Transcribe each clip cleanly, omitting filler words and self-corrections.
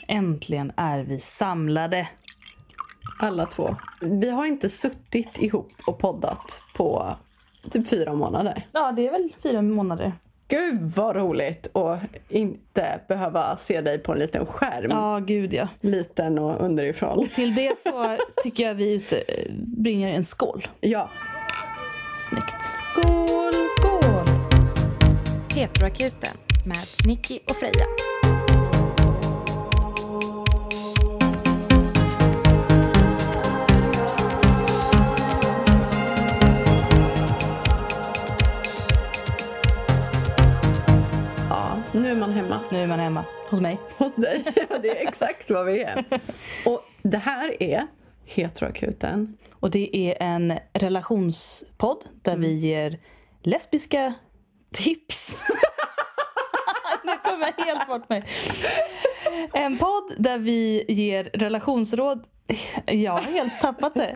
äntligen är vi samlade. Alla två. Vi har inte suttit ihop och poddat på typ 4 månader. Ja, det är väl 4 månader. Gud vad roligt att inte behöva se dig på en liten skärm. Ja, gud ja. Liten och underifrån. Till det så tycker jag vi bringar en skål. Ja. Snyggt. Skål, skål! Heteroakuten med Nicky och Freja. Nu är man hemma. Nu är man hemma. Hos mig. Hos dig. Det är exakt vad vi är. Och det här är Heteroakuten. Och det är en relationspodd där vi ger lesbiska tips. Nu kommer jag helt bort mig. En podd där vi ger relationsråd. Jag har helt tappat det.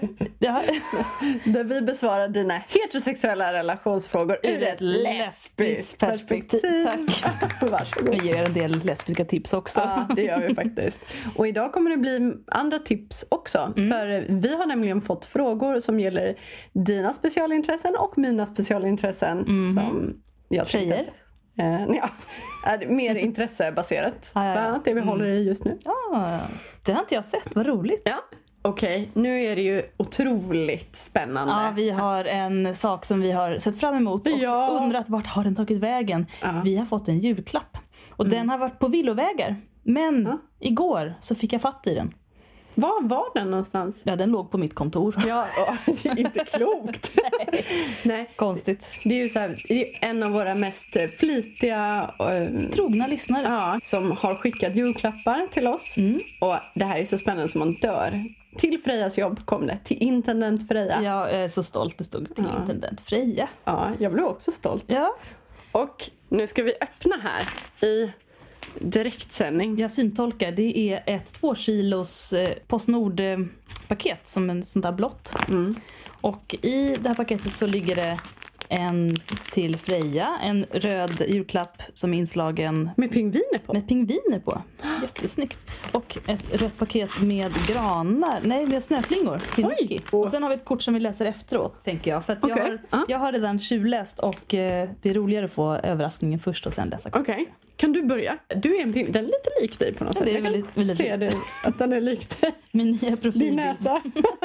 Där vi besvarar dina heterosexuella relationsfrågor ur ett lesbiskt perspektiv. Tack. Varsågod. Vi ger en del lesbiska tips också. Ja, det gör vi faktiskt. Och idag kommer det bli andra tips också. För vi har nämligen fått frågor som gäller dina specialintressen och mina specialintressen. Som jag Tjejer. Ja, är mer intressebaserat. Bland annat det vi håller i just nu. Ja, det har inte jag sett. Vad roligt. Ja, okej. Nu är det ju otroligt spännande. Ja, vi har en sak som vi har sett fram emot och undrat vart har den tagit vägen. Vi har fått en julklapp. Och den har varit på villovägar. Men igår så fick jag fatt i den. Var var den någonstans? Ja, den låg på mitt kontor. Ja, det är inte klokt. Nej. Konstigt. Det är ju så här, det är en av våra mest flitiga trogna lyssnare. Ja, som har skickat julklappar till oss. Och det här är så spännande som man dör. Till Frejas jobb kom det. Till intendent Freja. Jag är så stolt. Det stod till intendent Freja. Ja, jag blev också stolt. Ja. Och nu ska vi öppna här i direktsändning. Jag syntolkar. Det är ett 2 kilos Postnord-paket som en sån där blått. Och i det här paketet så ligger det en till Freja. En röd julklapp som är inslagen med pingviner på. Med pingviner på. Jättesnyggt. Och ett rött paket med granar. Nej, med snöflingor till Nicky. Och sen har vi ett kort som vi läser efteråt, tänker jag. För att jag har redan tjuvläst och det är roligare att få överraskningen först och sen läsa kortet. Okej. Kan du börja? Du är en pingvin. Den är lite lik dig på något sätt. Det är väldigt ser det att den är lik dig. Min nya profilbild. Din näsa.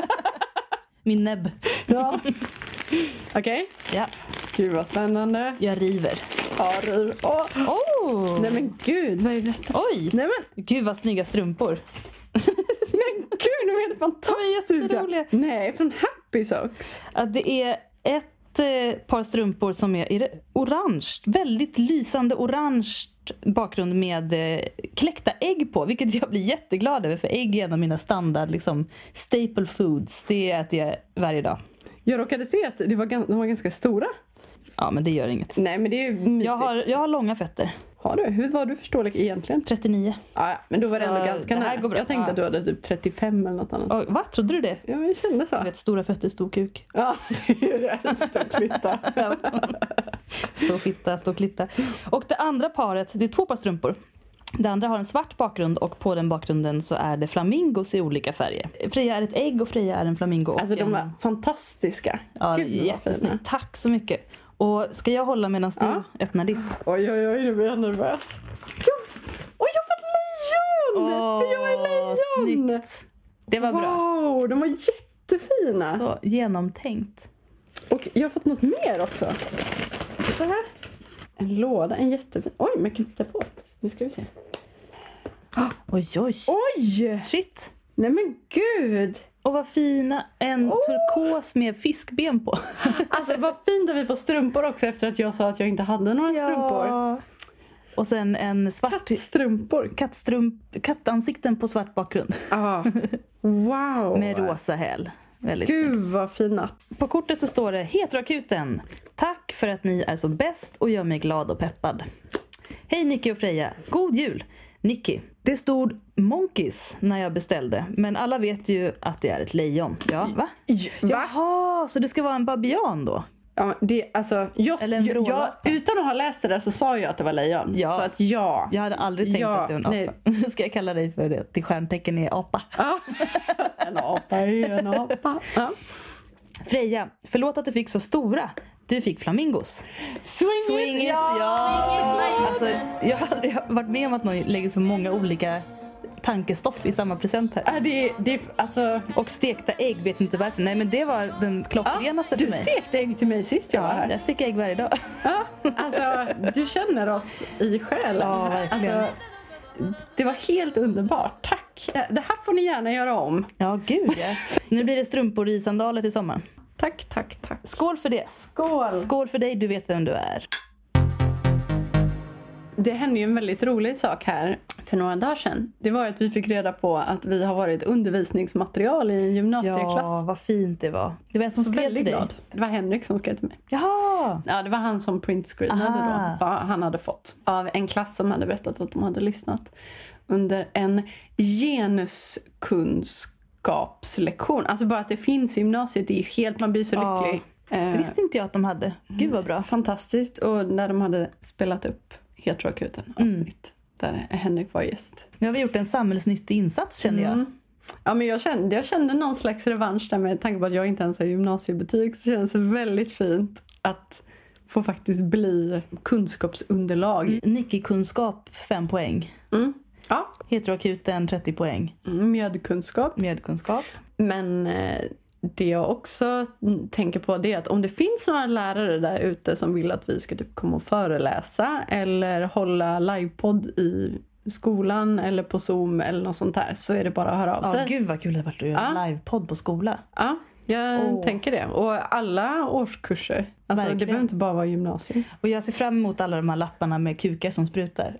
Min näbb. Ja. Okej. Ja. Gud vad spännande. Jag river. Ja, riv. Nej men gud, vad är detta? Oj. Nej men. Gud vad snygga strumpor. Men gud, de är helt fantastiska. Jätteroliga. Nej, från Happy Socks. Ja, det är ett par strumpor som är det orange. Väldigt lysande orange bakgrund med kläckta ägg på. Vilket jag blir jätteglad över. För ägg är en av mina standard staple foods. Det äter jag varje dag. Jag råkade se att de var ganska stora. Ja, men det gör inget. Nej, men det är ju mysigt. Jag har långa fötter. Har du? Hur var du för storlek egentligen? 39. Ja, men då var det ändå ganska nära. Jag tänkte att du hade typ 35 eller något annat. Vad? Trodde du det? Ja, jag kände så. Jag vet, stora fötter, stor kuk. Ja, det är det. Stor klitta. Stor fitta, stor klitta. Och det andra paret, det är 2 par strumpor. Det andra har en svart bakgrund och på den bakgrunden så är det flamingos i olika färger. Freja är ett ägg och Freja är en flamingo. Alltså de var fantastiska. Ja, jättesnyggt. Tack så mycket. Och ska jag hålla medan du öppnar ditt? Oj, nu blir jag nervös. Oj, jag har fått lejon! För jag är lejon! Snyggt. Det var bra. Wow, de var jättefina. Så genomtänkt. Och jag har fått något mer också. Så här. En låda, en jättefin. Oj, man kan titta på. Nu ska vi se. Oj. Oj! Shit. Nej men gud. Och vad fina. En turkos med fiskben på. Alltså vad fint att vi får strumpor också efter att jag sa att jag inte hade några strumpor. Och sen en svart strumpor. Kattansikten på svart bakgrund. Wow. Med rosa häl. Väldigt Gud snyggt. vad fina. På kortet så står det: Heteroakuten. Tack för att ni är så bäst och gör mig glad och peppad. Hej Nicky och Freja. God jul. Nicky, det stod monkeys när jag beställde. Men alla vet ju att det är ett lejon. Ja, va? Va? Jaha, så det ska vara en babian då? Ja, det, alltså, Eller en vrålapa. utan att ha läst det där så sa jag att det var lejon. Ja. Så att ja. Jag hade aldrig tänkt att det var en apa. Nu ska jag kalla dig för det. Till stjärntecken är apa. Ja. En apa är en apa. Ja. Freja, förlåt att du fick så stora. Du fick flamingos. Swing it! Ja. Alltså, jag har aldrig varit med om att någon lägger så många olika tankestoff i samma present här. Alltså, Och stekta ägg, vet inte varför. Nej, men det var den klockrenaste för du mig. stekte ägg till mig sist jag var här. Jag steker ägg varje dag. Ja, alltså, du känner oss i själen. Ja, verkligen. Alltså, det var helt underbart. Tack. Det här får ni gärna göra om. Ja, gud ja. Nu blir det strumpor i sandaler till sommaren. Tack. Skål för det. Skål. Skål för dig, du vet vem du är. Det hände ju en väldigt rolig sak här för några dagar sedan. Det var att vi fick reda på att vi har varit undervisningsmaterial i en gymnasieklass. Ja, vad fint det var. Det var en som Så skrev väldigt till dig. glad. Det var Henrik som skrev till mig. Jaha! Ja, det var han som printscreenade då. Vad han hade fått av en klass som hade berättat att de hade lyssnat under en genuskunskapslektion. Alltså bara att det finns i gymnasiet, det är ju helt, man blir så lycklig. Det visste inte jag att de hade. Gud vad bra. Fantastiskt. Och när de hade spelat upp Heteroakuten avsnitt där Henrik var gäst. Nu har vi gjort en samhällsnyttig insats, känner jag. Ja, men jag kände någon slags revansch där med tanke på att jag inte ens har gymnasiebetyg, så känns det väldigt fint att få faktiskt bli kunskapsunderlag. Niki-kunskap 5 poäng. Ja, Heteroakuten 30 poäng. mjödkunskap. Mjödkunskap. Men det jag också tänker på det är att om det finns några lärare där ute som vill att vi ska typ komma och föreläsa eller hålla livepodd i skolan eller på Zoom eller något sånt där, så är det bara att höra av sig. Ja, gud vad kul det har varit att göra livepodd på skola. Ja, jag tänker det. Och alla årskurser. Alltså Verkligen. det behöver inte bara vara gymnasium. Och jag ser fram emot alla de här lapparna med kukar som sprutar.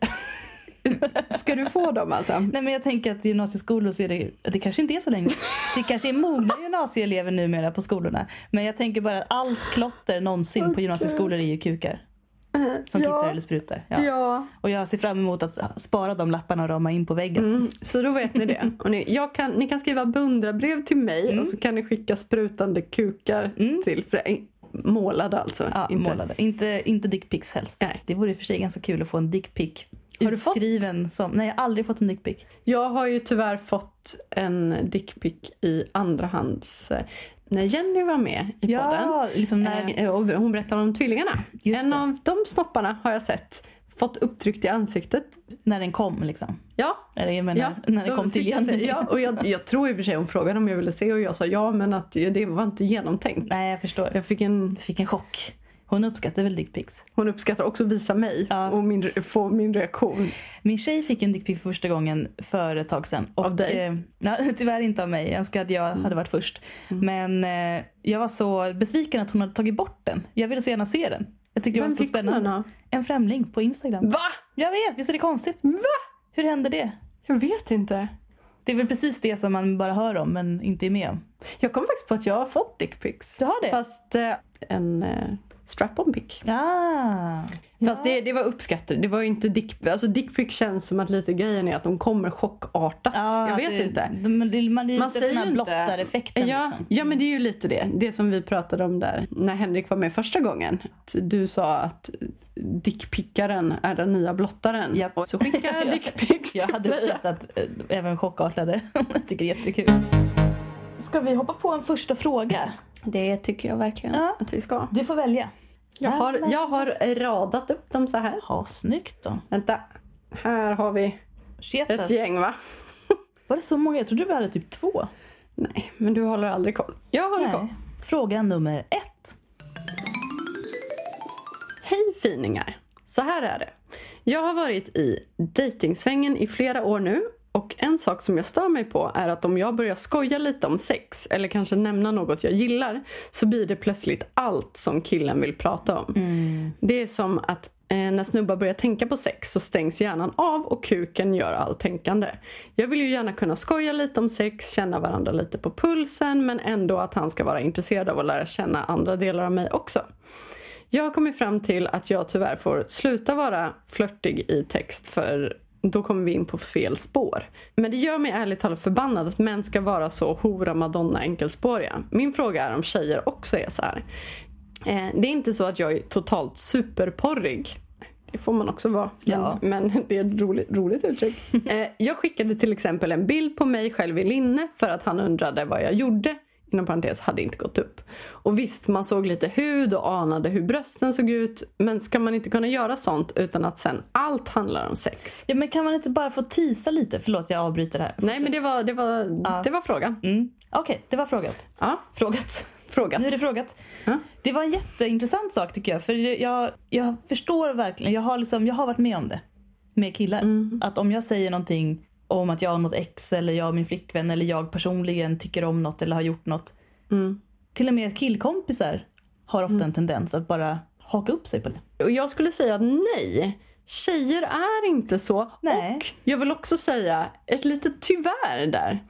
Ska du få dem alltså? Nej, men jag tänker att i gymnasieskolor så är det kanske inte är så länge. Det kanske är mogna gymnasieelever numera på skolorna. Men jag tänker bara att allt klotter någonsin på gymnasieskolor är ju kukar. Som kissar eller sprutar. Ja. Och jag ser fram emot att spara de lapparna och rama in på väggen. Så då vet ni det. Och ni kan skriva beundrarbrev till mig och så kan ni skicka sprutande kukar till. Målade alltså. Ja, målade. Inte dickpics helst. Nej. Det vore för sig ganska kul att få en dickpic. Har du fått? Utskriven som... Nej, jag har aldrig fått en dickpic. Jag har ju tyvärr fått en dickpic i andrahands... När Jenny var med i podden. Ja, liksom när... Och hon berättade om tvillingarna. Just En det. av de snopparna har jag sett. Fått upptryckt i ansiktet. När den kom liksom. Ja. Eller jag menar, när den då kom till fick jag Jenny. se. Ja, och jag tror i och för sig hon frågade om jag ville se och jag sa ja, men att det var inte genomtänkt. Nej, jag förstår. Jag fick Du fick en chock. Hon uppskattar väl dickpics. Hon uppskattar också att visa mig och få min reaktion. Min tjej fick en dickpic för första gången för ett tag sedan. Och, Av dig? Nej, tyvärr inte av mig. Jag önskar att jag hade varit först. Men jag var så besviken att hon hade tagit bort den. Jag ville så gärna se den. Jag tycker det var så spännande. En främling på Instagram. Va? Jag vet, visst är det konstigt? Va? Hur hände det? Jag vet inte. Det är väl precis det som man bara hör om men inte är med om. Jag kom faktiskt på att jag har fått dickpics. Du har det? Fast en strap-on pic. Ja. Fast det var uppskattat. Det var ju inte dickpic känns som att lite grejen är att de kommer chockartat. Jag vet inte. Man är Man lite säger den här ju inte blottareffekten. Ja, liksom. ja, men det är ju lite det som vi pratade om där när Henrik var med första gången. Du sa att dickpickaren är den nya blottaren. Japp. Och så skickade jag dickpics. Jag hade uppskattat även chockartade. Jag tycker det är jättekul. Ska vi hoppa på en första fråga? Det tycker jag verkligen att vi ska. Du får välja. Jag har radat upp dem så här. Ja, snyggt då. Vänta, här har vi Shit, ett gäng, va? Var det så många? Jag trodde vi hade typ 2. Nej, men du håller aldrig koll. Jag håller koll. Fråga nummer 1. Hej finingar. Så här är det. Jag har varit i dejtingsvängen i flera år nu. Och en sak som jag stör mig på är att om jag börjar skoja lite om sex eller kanske nämna något jag gillar så blir det plötsligt allt som killen vill prata om. Det är som att när snubbar börjar tänka på sex så stängs hjärnan av och kuken gör all tänkande. Jag vill ju gärna kunna skoja lite om sex, känna varandra lite på pulsen men ändå att han ska vara intresserad av att lära känna andra delar av mig också. Jag har kommit fram till att jag tyvärr får sluta vara flörtig i text för då kommer vi in på fel spår. Men det gör mig ärligt talat förbannad att män ska vara så hora madonna enkelspåriga. Min fråga är om tjejer också är så här. Det är inte så att jag är totalt superporrig. Det får man också vara. Men det är ett roligt uttryck. Jag skickade till exempel en bild på mig själv i linne för att han undrade vad jag gjorde. Inom parentes hade inte gått upp. Och visst, man såg lite hud och anade hur brösten såg ut. Men ska man inte kunna göra sånt utan att sen allt handlar om sex? Ja, men kan man inte bara få tisa lite? Förlåt, jag avbryter här. Nej, men det var frågan. Okej, det var frågat. Ja. Frågat. Nu är det frågat. Ja. Det var en jätteintressant sak tycker jag. För jag förstår verkligen. Jag har varit med om det. Med killar. Att om jag säger någonting om att jag har något ex eller jag och min flickvän eller jag personligen tycker om något eller har gjort något. Till och med killkompisar har ofta en tendens att bara haka upp sig på det. Och jag skulle säga nej. Tjejer är inte så. Nej. Och jag vill också säga ett litet tyvärr där.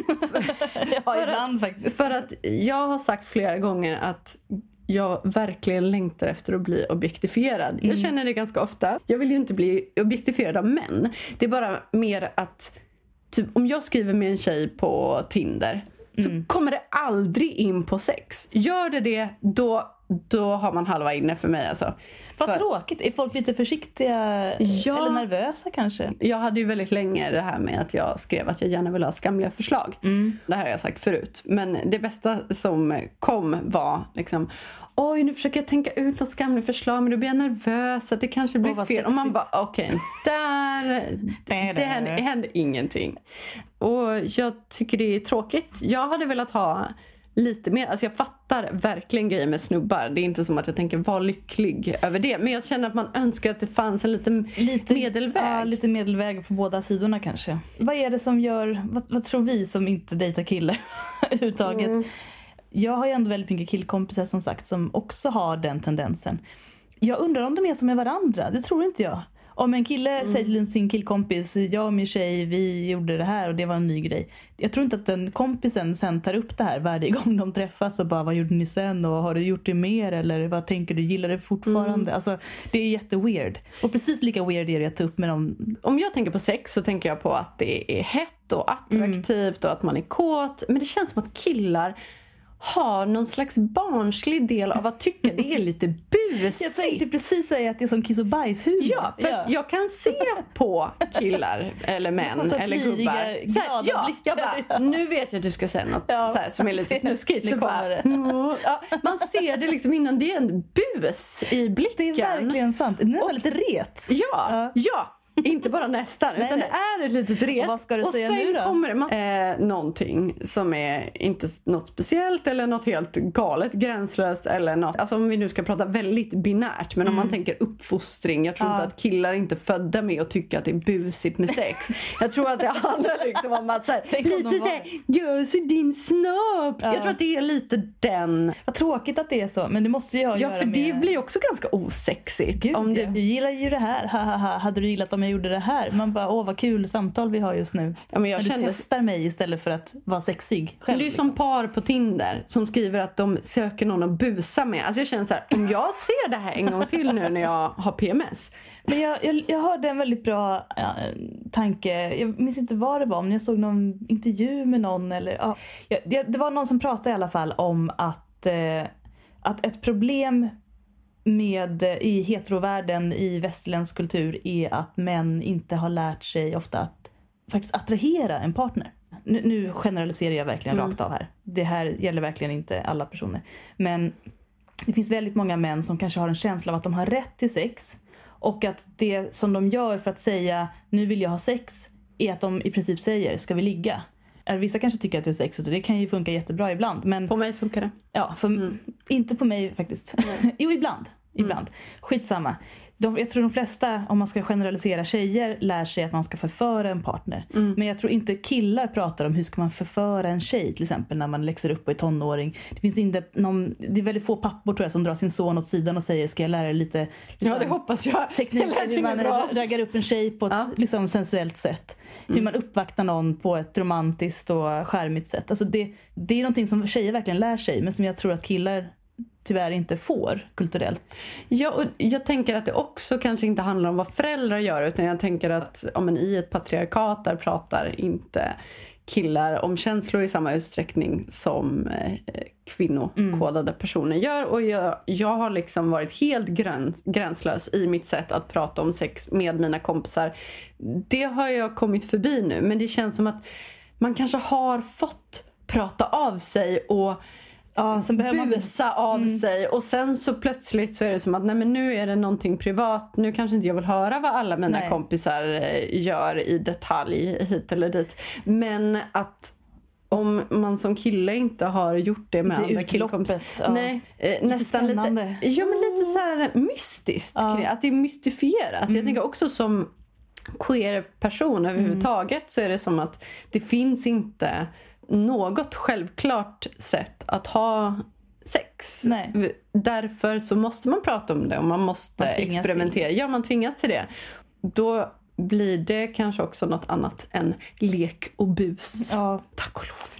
Ibland faktiskt. För att jag har sagt flera gånger att jag verkligen längtar efter att bli objektifierad. Jag känner det ganska ofta. Jag vill ju inte bli objektifierad av män. Det är bara mer att typ, om jag skriver med en tjej på Tinder så kommer det aldrig in på sex. Gör det, då har man halva inne för mig alltså. Vad tråkigt. Är folk lite försiktiga eller nervösa kanske? Jag hade ju väldigt länge det här med att jag skrev att jag gärna vill ha skamliga förslag. Det här har jag sagt förut. Men det bästa som kom var liksom, oj, nu försöker jag tänka ut något skamligt förslag, men då blir jag nervös att det kanske blir fel. Och man bara, okej, det händer ingenting. Och jag tycker det är tråkigt. Jag hade velat ha lite mer, alltså jag fattar verkligen grejer med snubbar. Det är inte som att jag tänker vara lycklig över det. Men jag känner att man önskar att det fanns en liten medelväg. Ja, lite medelväg på båda sidorna kanske. Vad är det som gör, vad tror vi som inte dejtar killar överhuvudtaget? Jag har ju ändå väldigt mycket killkompisar som sagt som också har den tendensen. Jag undrar om de är som med varandra, det tror inte jag. Om en kille säger till sin killkompis, jag och min tjej, vi gjorde det här och det var en ny grej. Jag tror inte att den kompisen sen tar upp det här varje gång de träffas och bara, vad gjorde ni sen? Och har du gjort det mer? Eller vad tänker du? Gillar det fortfarande? Alltså, det är jätteweird. Och precis lika weird är det att ta upp med dem. Om jag tänker på sex så tänker jag på att det är hett och attraktivt och att man är kåt. Men det känns som att killar har någon slags barnslig del av att tycka det är lite busigt. Jag tänkte precis säga att det är som kiss- och bajshumor. Ja, för att jag kan se på killar eller män eller gubbar. Så här, jag bara, nu vet jag att du ska säga något så här, som är lite snuskigt. Så bara, man ser det liksom innan, det är en bus i blicken. Det är verkligen sant. Det är nästan lite ret. Ja. Inte bara nästan, utan det är ett litet ret. Och vad ska du säga sen nu då? Kommer det någonting som är inte något speciellt eller något helt galet, gränslöst eller något. Alltså om vi nu ska prata väldigt binärt, men om man tänker uppfostring. Jag tror inte att killar är inte födda med att tycka att det är busigt med sex. Jag tror att det handlar liksom om att så här, lite såhär, gör så din snopp. Jag tror att det är lite den. Vad tråkigt att det är så, men det måste jag göra. Ja, för det blir också ganska osexigt. Gud, om det... Du gillar ju det här, hade du gillat om jag gjorde det här? Man bara, vad kul samtal vi har just nu. Ja, men jag du testar mig istället för att vara sexig själv. Det är ju som par på Tinder som skriver att de söker någon att busa med. Alltså jag känner så här, om jag ser det här en gång till nu när jag har PMS. Men jag hörde en väldigt bra tanke. Jag minns inte vad det var, men jag såg någon intervju med någon. Eller, det var någon som pratade i alla fall om att ett problem i heterovärlden i västerländsk kultur är att män inte har lärt sig ofta att faktiskt attrahera en partner. Nu generaliserar jag verkligen rakt av här. Det här gäller verkligen inte alla personer. Men det finns väldigt många män som kanske har en känsla av att de har rätt till sex. Och att det som de gör för att säga, nu vill jag ha sex, är att de i princip säger, ska vi ligga? Vissa kanske tycker att det är sexigt och det kan ju funka jättebra ibland. Men på mig funkar det. Ja, inte på mig faktiskt. Jo, ibland. Skitsamma. Jag tror de flesta, om man ska generalisera, tjejer lär sig att man ska förföra en partner. Men jag tror inte killar pratar om hur ska man förföra en tjej, till exempel när man läxer upp och är tonåring. Det finns inte det är väldigt få pappor tror jag som drar sin son åt sidan och säger, ska jag lära dig lite ja, det hoppas jag. Tekniker hur man raggar upp en tjej på ett liksom sensuellt sätt. Hur man uppvaktar någon på ett romantiskt och charmigt sätt. Alltså det är någonting som tjejer verkligen lär sig, men som jag tror att killar tyvärr inte får kulturellt. Ja, och jag tänker att det också kanske inte handlar om vad föräldrar gör, utan jag tänker att i ett patriarkat där pratar inte killar om känslor i samma utsträckning som kvinnokodade personer gör. Och jag har liksom varit helt gränslös i mitt sätt att prata om sex med mina kompisar. Det har jag kommit förbi nu. Men det känns som att man kanske har fått prata av sig och busa av sig. Och sen så plötsligt så är det som att nej, men nu är det någonting privat. Nu kanske inte jag vill höra vad alla mina kompisar gör i detalj hit eller dit. Men att om man som kille inte har gjort det med andra killkompisar. Nej, nästan lite lite så här mystiskt. Att det är mystifierat. Jag tänker också som queer-person överhuvudtaget så är det som att det finns inte något självklart sätt att ha sex. Nej. Därför så måste man prata om det och man måste experimentera. Ja, man tvingas till det. Då blir det kanske också något annat än lek och bus. Ja. Tack och lov.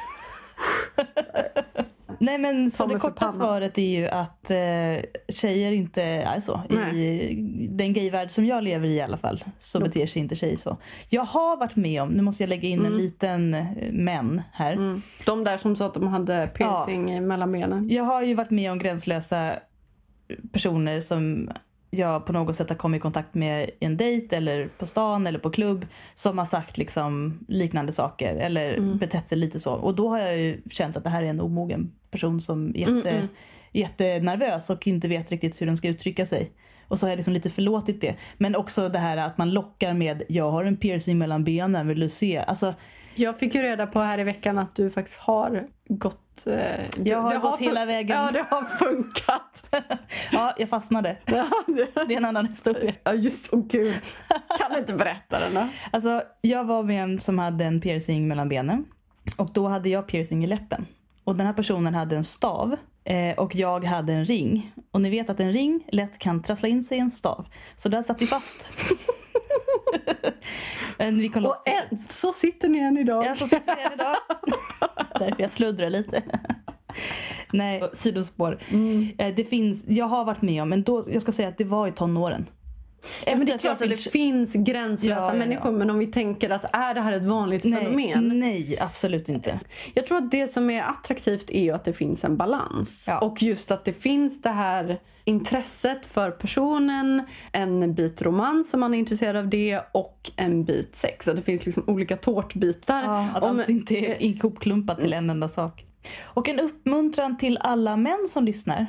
Nej, men så det korta svaret är ju att tjejer inte är så. I den gayvärld som jag lever i alla fall så beter sig inte tjejer så. Jag har varit med om, nu måste jag lägga in en liten män här. De där som sa att de hade piercing mellan benen. Jag har ju varit med om gränslösa personer som jag på något sätt har kommit i kontakt med i en dejt eller på stan eller på klubb som har sagt liksom liknande saker eller betett sig lite så. Och då har jag ju känt att det här är en omogen person som är jättenervös och inte vet riktigt hur den ska uttrycka sig. Och så har jag liksom lite förlåtit det. Men också det här att man lockar med jag har en piercing mellan benen, vill du se? Alltså, jag fick ju reda på här i veckan att du faktiskt har gått... jag har gått hela vägen. Ja, det har funkat. Ja, jag fastnade. Det är en annan historia. Ja, just gud. Kan du inte berätta den då? Alltså, jag var med en som hade en piercing mellan benen. Och då hade jag piercing i läppen. Och den här personen hade en stav. Och jag hade en ring. Och ni vet att en ring lätt kan trassla in sig i en stav. Så där satt vi fast. Vi kom och så sitter ni än idag. Ja, så sitter vi än idag. Därför jag sluddrar lite. Nej, sidospår. Det finns, jag har varit med om, men då, jag ska säga att det var i tonåren. Men det är klart att det finns gränslösa människor. Men om vi tänker att är det här ett vanligt fenomen? Nej, absolut inte. Jag tror att det som är attraktivt är ju att det finns en balans. Ja. Och just att det finns det här intresset för personen, en bit romans som man är intresserad av det och en bit sex. Att det finns liksom olika tårtbitar. Ja, att allt inte är ihopklumpat till en enda sak. Och en uppmuntran till alla män som lyssnar.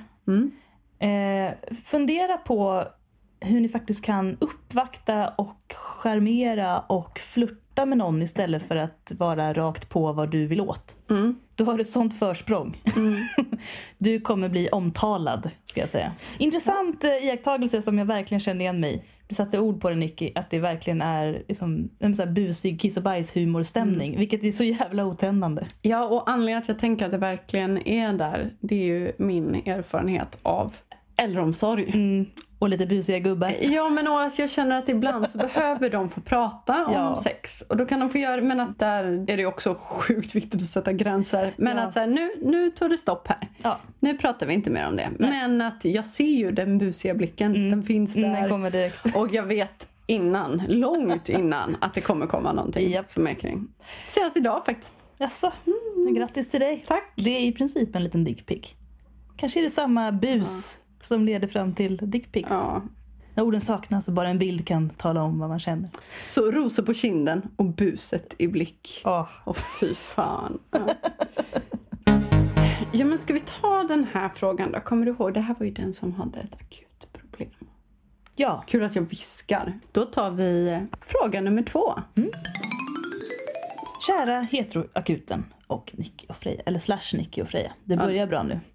Fundera på hur ni faktiskt kan uppvakta och charmera och flirta med någon istället för att vara rakt på vad du vill åt. Du har ett sånt försprång. Du kommer bli omtalad, ska jag säga. Intressant iakttagelse som jag verkligen kände igen mig. Du satte ord på det, Nicky, att det verkligen är liksom en så här busig kiss och bajs humorstämning, vilket är så jävla otändande. Ja, och anledningen att jag tänker att det verkligen är där, det är ju min erfarenhet av äldreomsorg. Och lite busiga gubbar. Ja, men att jag känner att ibland så behöver de få prata om sex. Och då kan de få göra, men att där är det också sjukt viktigt att sätta gränser. Men att så här, nu tog det stopp här. Ja. Nu pratar vi inte mer om det. Nej. Men att jag ser ju den busiga blicken. Den finns där. Den kommer direkt. Och jag vet långt innan att det kommer komma någonting som är kring. Senast idag faktiskt. Jaså, grattis till dig. Tack. Det är i princip en liten dickpic. Kanske är det samma bus som leder fram till dickpics. Ja. När orden saknas så bara en bild kan tala om vad man känner. Så rosor på kinden och buset i blick. Fy fan. Ja, men ska vi ta den här frågan då? Kommer du ihåg? Det här var ju den som hade ett akut problem. Ja. Kul att jag viskar. Då tar vi fråga nummer 2. Kära heteroakuten och Nicky och Freja. Eller / Nicky och Freja. Det börjar bra nu.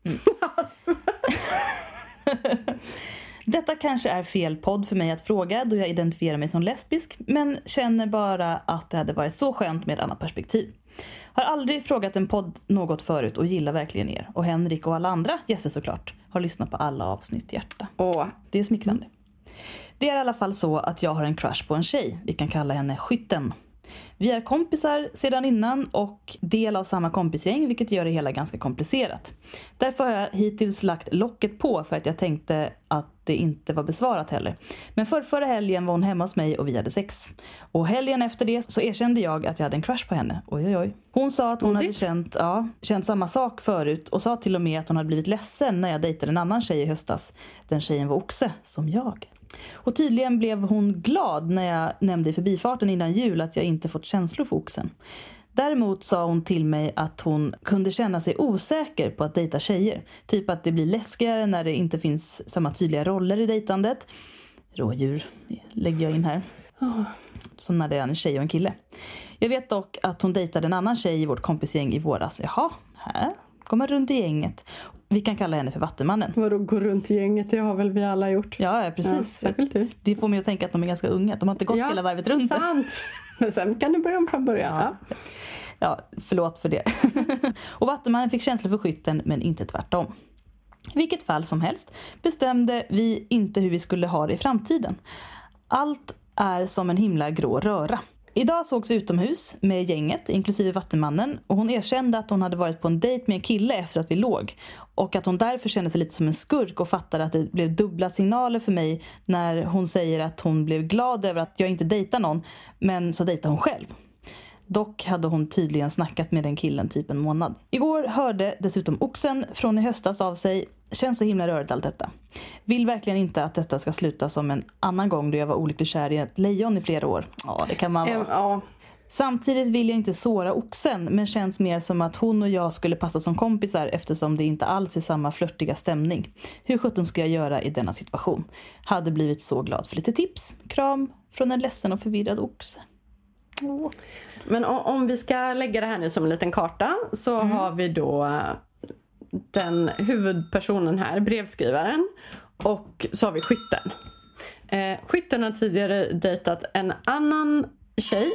Detta kanske är fel podd för mig att fråga då jag identifierar mig som lesbisk, men känner bara att det hade varit så skönt med ett annat perspektiv. Har aldrig frågat en podd något förut och gillar verkligen er. Och Henrik och alla andra gäster såklart har lyssnat på alla avsnitt, hjärta. Det är smickrande. Det är i alla fall så att jag har en crush på en tjej. Vi kan kalla henne Skytten. Vi är kompisar sedan innan och del av samma kompisgäng, vilket gör det hela ganska komplicerat. Därför har jag hittills lagt locket på för att jag tänkte att det inte var besvarat heller. Men förra helgen var hon hemma hos mig och vi hade sex. Och helgen efter det så erkände jag att jag hade en crush på henne. Oj. Hon sa att hon hade känt samma sak förut och sa till och med att hon hade blivit ledsen när jag dejtade en annan tjej i höstas. Den tjejen var Oxe, som jag. Och tydligen blev hon glad när jag nämnde i förbifarten innan jul att jag inte fått känslor för Oxen. Däremot sa hon till mig att hon kunde känna sig osäker på att dejta tjejer. Typ att det blir läskigare när det inte finns samma tydliga roller i dejtandet. Rådjur lägger jag in här. Som när det är en tjej och en kille. Jag vet dock att hon dejtade en annan tjej i vårt kompisgäng i våras. Jaha, här kommer runt i gänget. Vi kan kalla henne för Vattumannen. Vadå gå runt i gänget? Det har väl vi alla gjort. Ja, precis. Ja, det får mig att tänka att de är ganska unga. De har inte gått hela varvet runt. Sant. Men sen kan du börja om från början. Ja, förlåt för det. Och Vattumannen fick känslor för skytten, men inte tvärtom. I vilket fall som helst bestämde vi inte hur vi skulle ha det i framtiden. Allt är som en himla grå röra. Idag sågs vi utomhus med gänget, inklusive Vattumannen, och hon erkände att hon hade varit på en dejt med en kille efter att vi låg. Och att hon därför kände sig lite som en skurk och fattade att det blev dubbla signaler för mig när hon säger att hon blev glad över att jag inte dejtar någon, men så dejtar hon själv. Dock hade hon tydligen snackat med den killen typ en månad. Igår hörde dessutom Oxen från i höstas av sig. Känns så himla rörigt allt detta. Vill verkligen inte att detta ska sluta som en annan gång då jag var olycklig kär i ett lejon i flera år. Ja, det kan man vara. Samtidigt vill jag inte såra Oxen, men känns mer som att hon och jag skulle passa som kompisar eftersom det inte alls är samma flörtiga stämning. Hur sjutton ska jag göra i denna situation? Hade blivit så glad för lite tips. Kram från en ledsen och förvirrad Oxe. Men om vi ska lägga det här nu som en liten karta så har vi då den huvudpersonen här, brevskrivaren, och så har vi skytten. Skytten har tidigare dejtat en annan tjej,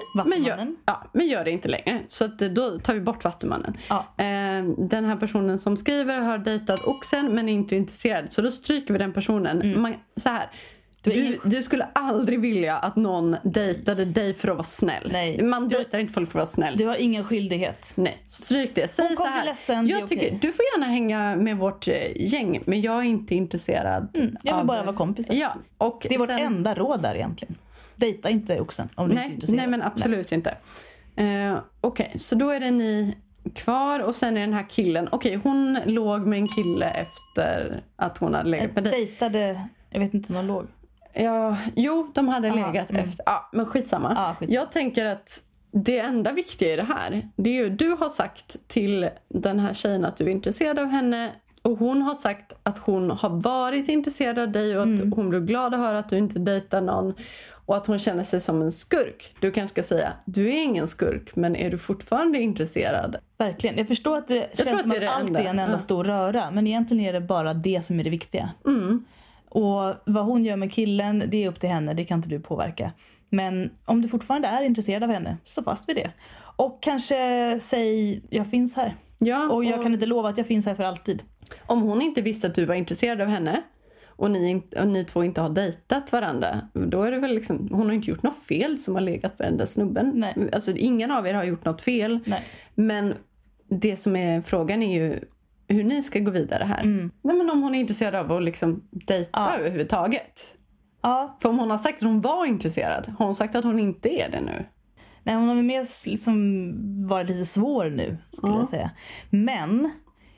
men gör det inte längre. Så att då tar vi bort Vattumannen. Ja. Den här personen som skriver har dejtat Oxen men är inte intresserad. Så då stryker vi den personen. Så här. Du skulle aldrig vilja att någon dejtade dig för att vara snäll. Nej. Man dejtar inte folk för att vara snäll. Du har ingen skyldighet. Nej, stryk det. Säg så här. Ledsen, jag tycker, du får gärna hänga med vårt gäng, men jag är inte intresserad. Jag vill bara vara kompisar. Ja, och det är vårt enda råd där egentligen. Dejta inte Oxen om du inte är intresserad. Nej, men absolut inte. Okej, så då är det ni kvar och sen är den här killen. Okej, hon låg med en kille efter att hon hade legat med dig. Dejtade, jag vet inte om de låg. Ja, jo, de hade legat efter. Ja, men skitsamma. Jag tänker att det enda viktiga i det här, det är ju du har sagt till den här tjejen att du är intresserad av henne. Och hon har sagt att hon har varit intresserad av dig och att hon blir glad att höra att du inte dejtar någon. Och att hon känner sig som en skurk. Du kanske ska säga, du är ingen skurk, men är du fortfarande intresserad? Verkligen. Jag förstår att det känns som att allt är en enda stor röra. Men egentligen är det bara det som är det viktiga. Och vad hon gör med killen, det är upp till henne. Det kan inte du påverka. Men om du fortfarande är intresserad av henne, stå fast vid det. Och kanske säg, jag finns här. Ja, och jag kan inte lova att jag finns här för alltid. Om hon inte visste att du var intresserad av henne och ni två inte har dejtat varandra, då är det väl liksom, hon har inte gjort något fel som har legat på den där snubben. Nej. Alltså ingen av er har gjort något fel. Nej. Men det som är frågan är ju hur ni ska gå vidare här. Nej, men om hon är intresserad av att liksom dejta överhuvudtaget. Ja. För om hon har sagt att hon var intresserad, har hon sagt att hon inte är det nu? Nej, hon har mer liksom varit lite svår nu, skulle jag säga. Men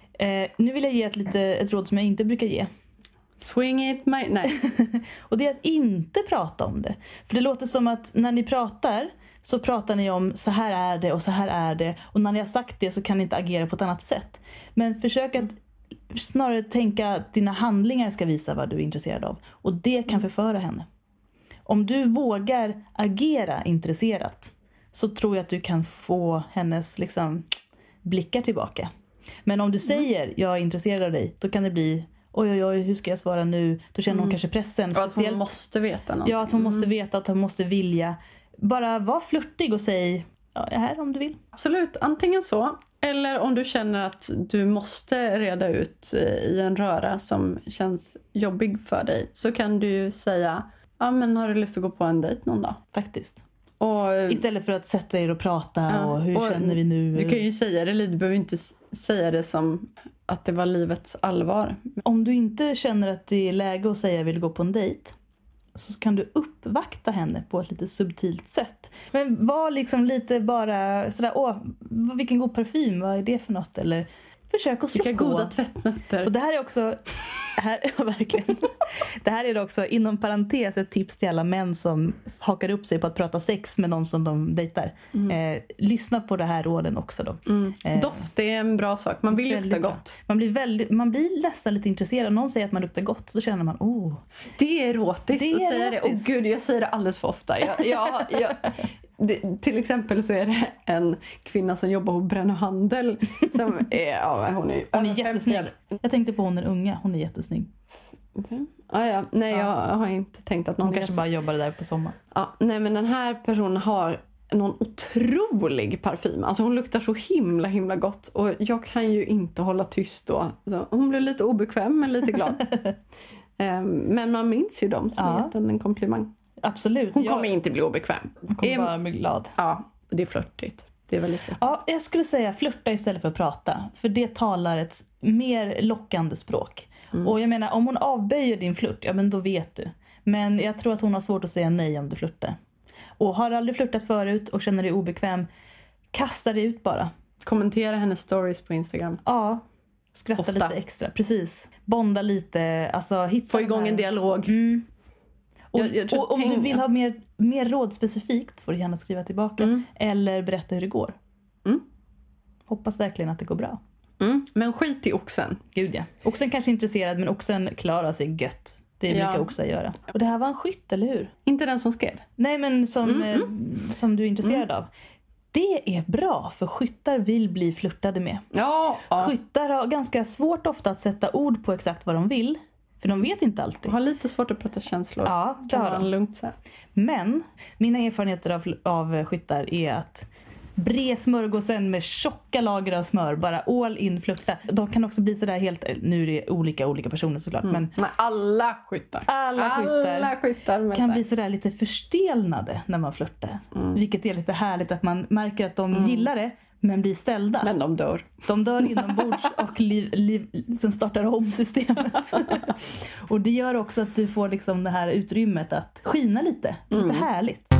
nu vill jag ge ett råd som jag inte brukar ge. Swing it, nej. Och det är att inte prata om det. För det låter som att när ni pratar så pratar ni om så här är det och så här är det. Och när ni har sagt det så kan ni inte agera på ett annat sätt. Men försök att snarare tänka att dina handlingar ska visa vad du är intresserad av. Och det kan förföra henne. Om du vågar agera intresserat så tror jag att du kan få hennes liksom blickar tillbaka. Men om du säger jag är intresserad av dig, då kan det bli oj, hur ska jag svara nu? Då känner hon kanske pressen. Och att hon måste veta något. Ja, att hon måste veta, att hon måste vilja. Bara var flörtig och säg jag är här om du vill. Absolut, antingen så. Eller om du känner att du måste reda ut i en röra som känns jobbig för dig, så kan du ju säga, ja men har du lust att gå på en dejt någon dag? Faktiskt. Och, istället för att sätta er och prata och hur känner vi nu? Du kan ju säga det lite, du behöver inte säga det som att det var livets allvar. Om du inte känner att det är läge att säga jag vill gå på en dejt, så kan du uppvakta henne på ett lite subtilt sätt. Men var liksom lite bara sådär, vilken god parfym, vad är det för något? Eller försök att slå Vilka på. goda tvättnötter. Och det här är också, verkligen. Det här är också inom parentes ett tips till alla män som hakar upp sig på att prata sex med någon som de dejtar. Lyssna på det här råden också då. Doft är en bra sak. Man vill lukta gott. Man blir nästan lite intresserad. Om någon säger att man luktar gott, så känner man, Det är erotiskt att säga det. erotiskt. Gud, jag säger det alldeles för ofta. Till exempel så är det en kvinna som jobbar på Bränn och Handel som är, hon är jättesnygg. Jag tänkte på hon den unga, hon är jättesnygg. Nej, jag har inte tänkt att någon Hon kanske bara jobbade där på sommaren. Nej, men den här personen har någon otrolig parfym. Alltså hon luktar så himla gott. Och jag kan ju inte hålla tyst då. Så hon blev lite obekväm men lite glad. Men man minns ju dem som gett en komplimang. Absolut. Hon kommer inte bli obekväm. Hon kommer bara bli glad. Ja, det är flörtigt. Det är väldigt flörtigt. Ja, jag skulle säga flirta istället för att prata. För det talar ett mer lockande språk. Och jag menar, om hon avböjer din flört, ja men då vet du. Men jag tror att hon har svårt att säga nej om du flirtar. Och har du aldrig flirtat förut och känner dig obekväm, kasta dig ut bara. Kommentera hennes stories på Instagram. Ja, skratta Ofta. lite extra. Precis. Bonda lite, alltså hitta få igång en dialog. Och om du vill ha mer råd specifikt får du gärna skriva tillbaka. Eller berätta hur det går. Hoppas verkligen att det går bra. Men skit i oxen. Gud ja. Oxen kanske är intresserad, men oxen klarar sig gött. Det brukar oxar göra. Och det här var en skytt, eller hur? Inte den som skrev. Nej, men som du är intresserad av. Det är bra, för skyttar vill bli flirtade med. Ja. Skyttar har ganska svårt ofta att sätta ord på exakt vad de vill. För de vet inte alltid. Jag har lite svårt att prata känslor. Ja, det kan har vara de. lugnt så här. Men mina erfarenheter av skyttar är att bre smörgåsen med tjocka lager av smör, bara all in flirta. De kan också bli sådär helt, nu är det olika personer såklart, men alla skyttar kan bli sådär lite förstelnade när man flirtar. Vilket är lite härligt, att man märker att de gillar det, men blir ställda. Men de dör. De dör inombords och sen startar om systemet. Och det gör också att du får liksom det här utrymmet att skina lite härligt.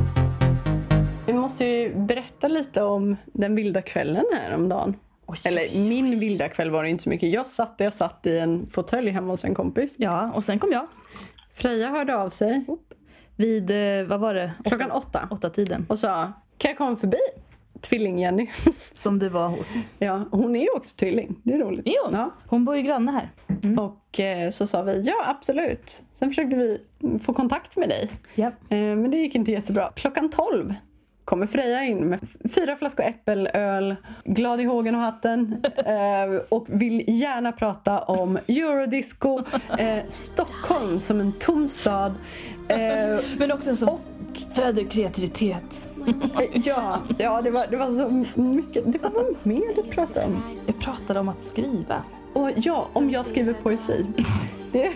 Vi måste ju berätta lite om den vilda kvällen här om dagen. Eller min vilda kväll var det inte så mycket. Jag satt i en fåtölj hemma hos en kompis. Ja, och sen kom jag. Freja hörde av sig. Vid, vad var det? Klockan 8. 8-tiden. Och sa, kan jag komma förbi? Tvilling-Jenny. Som du var hos. Ja, hon är ju också tvilling. Det är roligt. Jo, ja. Hon bor ju granne här. Och så sa vi, ja absolut. Sen försökte vi få kontakt med dig. Yep. Men det gick inte jättebra. Klockan 12 kommer Freja in med 4 flaskor äppelöl, glad i hågen och hatten och vill gärna prata om Eurodisco, Stockholm som en tom stad. Men också som föder kreativitet. Ja, det var så mycket. Det var något mer du pratade om. Jag pratade om att skriva. Och ja, om jag skriver poesi. Det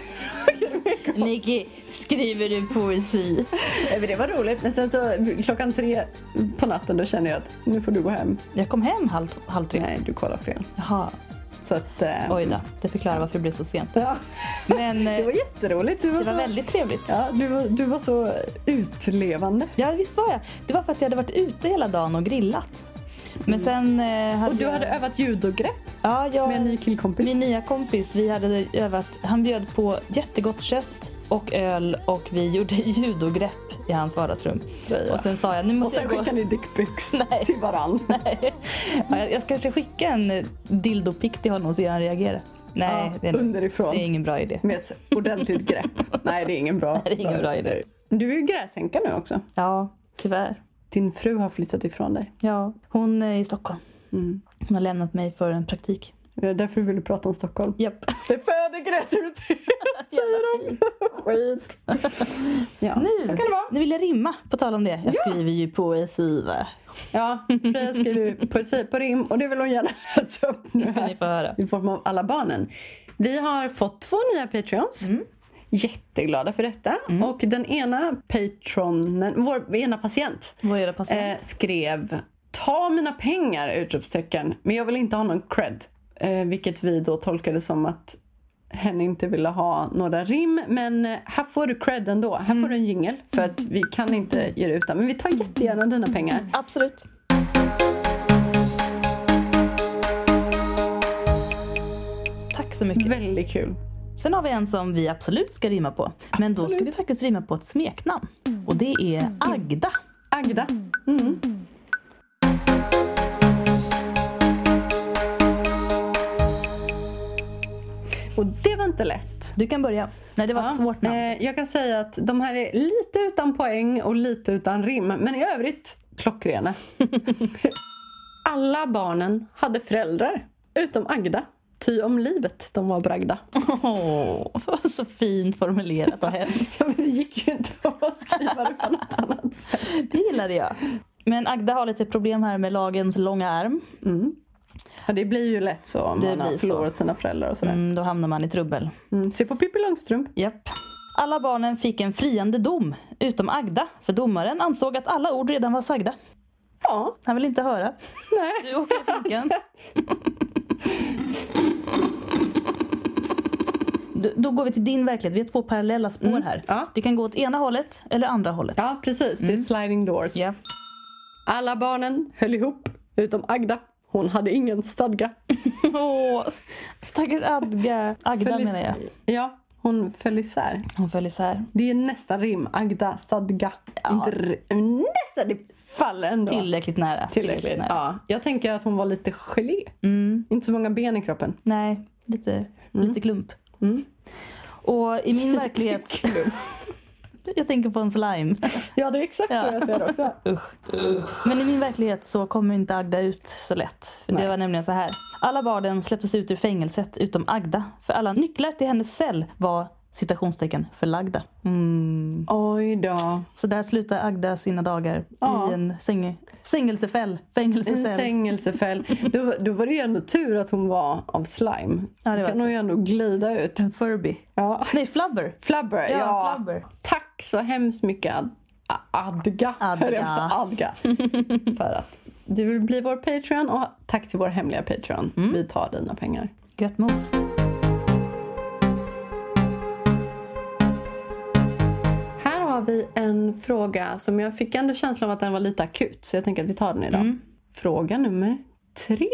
Nicky, skriver du poesi? Men det var roligt. Men sen så klockan 3 på natten då kände jag att nu får du gå hem. Jag kom hem halv 3. Nej, du kollar fel. Jaha. Så att, oj då, det förklarar varför det blev så sent. Ja. Men det var jätteroligt. Det var väldigt trevligt. Ja, du var så utlevande. Ja, visst var jag. Det var för att jag hade varit ute hela dagen och grillat. Men sen och du hade övat judogrepp med en ny killkompis. Min nya kompis, vi hade övat. Han bjöd på jättegott kött och öl och vi gjorde judogrepp i hans vardagsrum. Ja. Och sen sa jag, nu måste jag gå. Och sen skickade ni dickpics till varann. Nej. Ja, jag ska kanske skicka en dildopic till honom så han reagerar. Nej, ja, underifrån. Det är ingen bra idé. Med ett ordentligt grepp. Nej, det är ingen bra. Nej, det är ingen bra idé. Du är ju gräsänka nu också. Ja, tyvärr. Din fru har flyttat ifrån dig. Ja, hon är i Stockholm. Hon har lämnat mig för en praktik. Det är därför vill du prata om Stockholm. Japp. Det föder kreativitet. Skit. Ja, nu, så kan det vara. Nu vill jag rimma på tal om det. Jag skriver ju poesi, va? Ja, Freja skriver poesi på rim och det vill hon gärna läsa upp nu. Det ska ni få höra. I form av alla barnen. Vi har fått 2 nya Patreons. Jätteglada för detta. Och den ena patronen, vår ena patient, skrev: ta mina pengar, utropstecken, men jag vill inte ha någon cred. Vilket vi då tolkade som att hen inte ville ha några rim. Men här får du cred ändå. Här får du en jingle. För att vi kan inte ge det utan. Men vi tar jättegärna dina pengar. Absolut. Tack så mycket. Väldigt kul. Sen har vi en som vi absolut ska rimma på. Men då ska vi faktiskt rimma på ett smeknamn. Och det är Agda. Agda. Mm. Och det var inte lätt. Du kan börja. Nej, det var ett svårt namn. Jag kan säga att de här är lite utan poäng och lite utan rim. Men i övrigt klockrena. Alla barnen hade föräldrar. Utom Agda. Ty om livet, de var bragda. Vad så fint formulerat och hemskt. Ja, men det gick ju inte att skriva det på något annat sätt. Det gillade jag. Men Agda har lite problem här med lagens långa arm. Mm. Ja, det blir ju lätt så om man har förlorat sina föräldrar och sådär. Då hamnar man i trubbel. Se på Pippi Långstrump. Japp. Alla barnen fick en friande dom, utom Agda. För domaren ansåg att alla ord redan var sagda. Ja. Han vill inte höra. Nej. Du åker i finkan. Då går vi till din verklighet. Vi har 2 parallella spår här. Ja. Det kan gå åt ena hållet eller andra hållet. Ja, precis. Det är sliding doors. Ja. Alla barnen höll ihop, utom Agda. Hon hade ingen stadga. Stackars Agda. Agda menar jag. Ja, hon föll isär. Hon föll isär. Det är nästa rim. Agda, stadga. Ja. Inte nästa, det faller ändå. Tillräckligt nära. Tillräckligt nära. Ja. Jag tänker att hon var lite gelé. Inte så många ben i kroppen. Nej, lite klump. Och i min verklighet... Jag tänker på en slime. Ja, det är exakt så jag ser det också. Usch. Men i min verklighet så kommer inte Agda ut så lätt. För det var nämligen så här. Alla barnen släpptes ut ur fängelset utom Agda. För alla nycklar till hennes cell var citationstecken förlagda. Oj då. Så där slutar Agda sina dagar i en fängelsecell. En fängelsefäll. Då var det ju ändå tur att hon var av slime. Ja, det var kan hon ju ändå glida ut. En Furby. Ja. Nej, Flubber. Flubber, ja. Flubber. Tack så hemskt mycket Adga. Adga. För att du vill bli vår Patreon. Och tack till vår hemliga Patreon. Vi tar dina pengar. Gött mos. Här har vi en fråga som jag fick ändå känslan av att den var lite akut. Så jag tänker att vi tar den idag. Fråga nummer 3.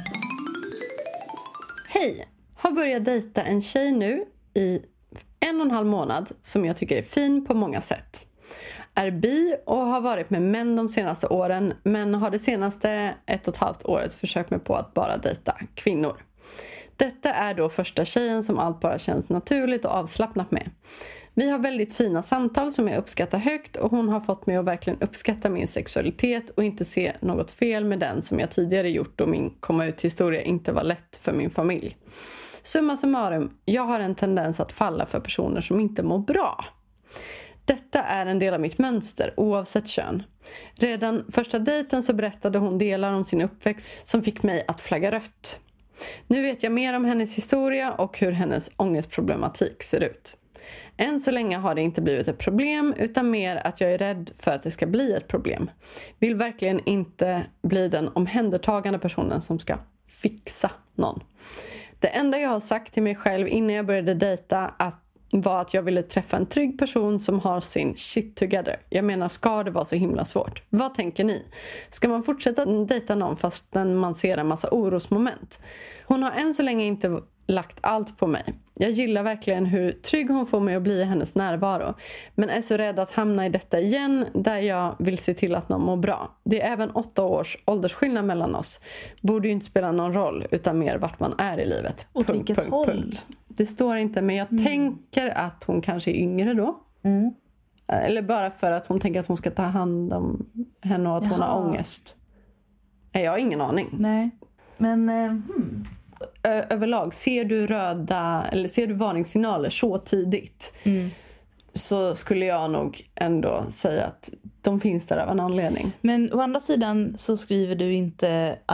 Hej! Har börjat dejta en tjej nu i 1,5 månad som jag tycker är fin på många sätt. Är bi och har varit med män de senaste åren, men har det senaste 1,5 året försökt mig på att bara dejta kvinnor. Detta är då första tjejen som allt bara känns naturligt och avslappnat med. Vi har väldigt fina samtal som jag uppskattar högt och hon har fått mig att verkligen uppskatta min sexualitet och inte se något fel med den som jag tidigare gjort då min komma ut historia inte var lätt för min familj. Summa summarum, jag har en tendens att falla för personer som inte mår bra. Detta är en del av mitt mönster, oavsett kön. Redan första dejten så berättade hon delar om sin uppväxt som fick mig att flagga rött. Nu vet jag mer om hennes historia och hur hennes ångestproblematik ser ut. Än så länge har det inte blivit ett problem utan mer att jag är rädd för att det ska bli ett problem. Vill verkligen inte bli den omhändertagande personen som ska fixa någon. Det enda jag har sagt till mig själv innan jag började dejta var att jag ville träffa en trygg person som har sin shit together. Jag menar, ska det vara så himla svårt? Vad tänker ni? Ska man fortsätta dejta någon fast man ser en massa orosmoment? Hon har än så länge inte lagt allt på mig. Jag gillar verkligen hur trygg hon får mig att bli i hennes närvaro. Men är så rädd att hamna i detta igen där jag vill se till att någon mår bra. Det är även 8 års åldersskillnad mellan oss. Borde ju inte spela någon roll utan mer vart man är i livet. Och vilket håll. Det står inte, men jag tänker att hon kanske är yngre då. Eller bara för att hon tänker att hon ska ta hand om henne och att hon har ångest. Jag har ingen aning. Nej, men... Överlag, ser du varningssignaler så tidigt så skulle jag nog ändå säga att de finns där av en anledning. Men å andra sidan så skriver du inte att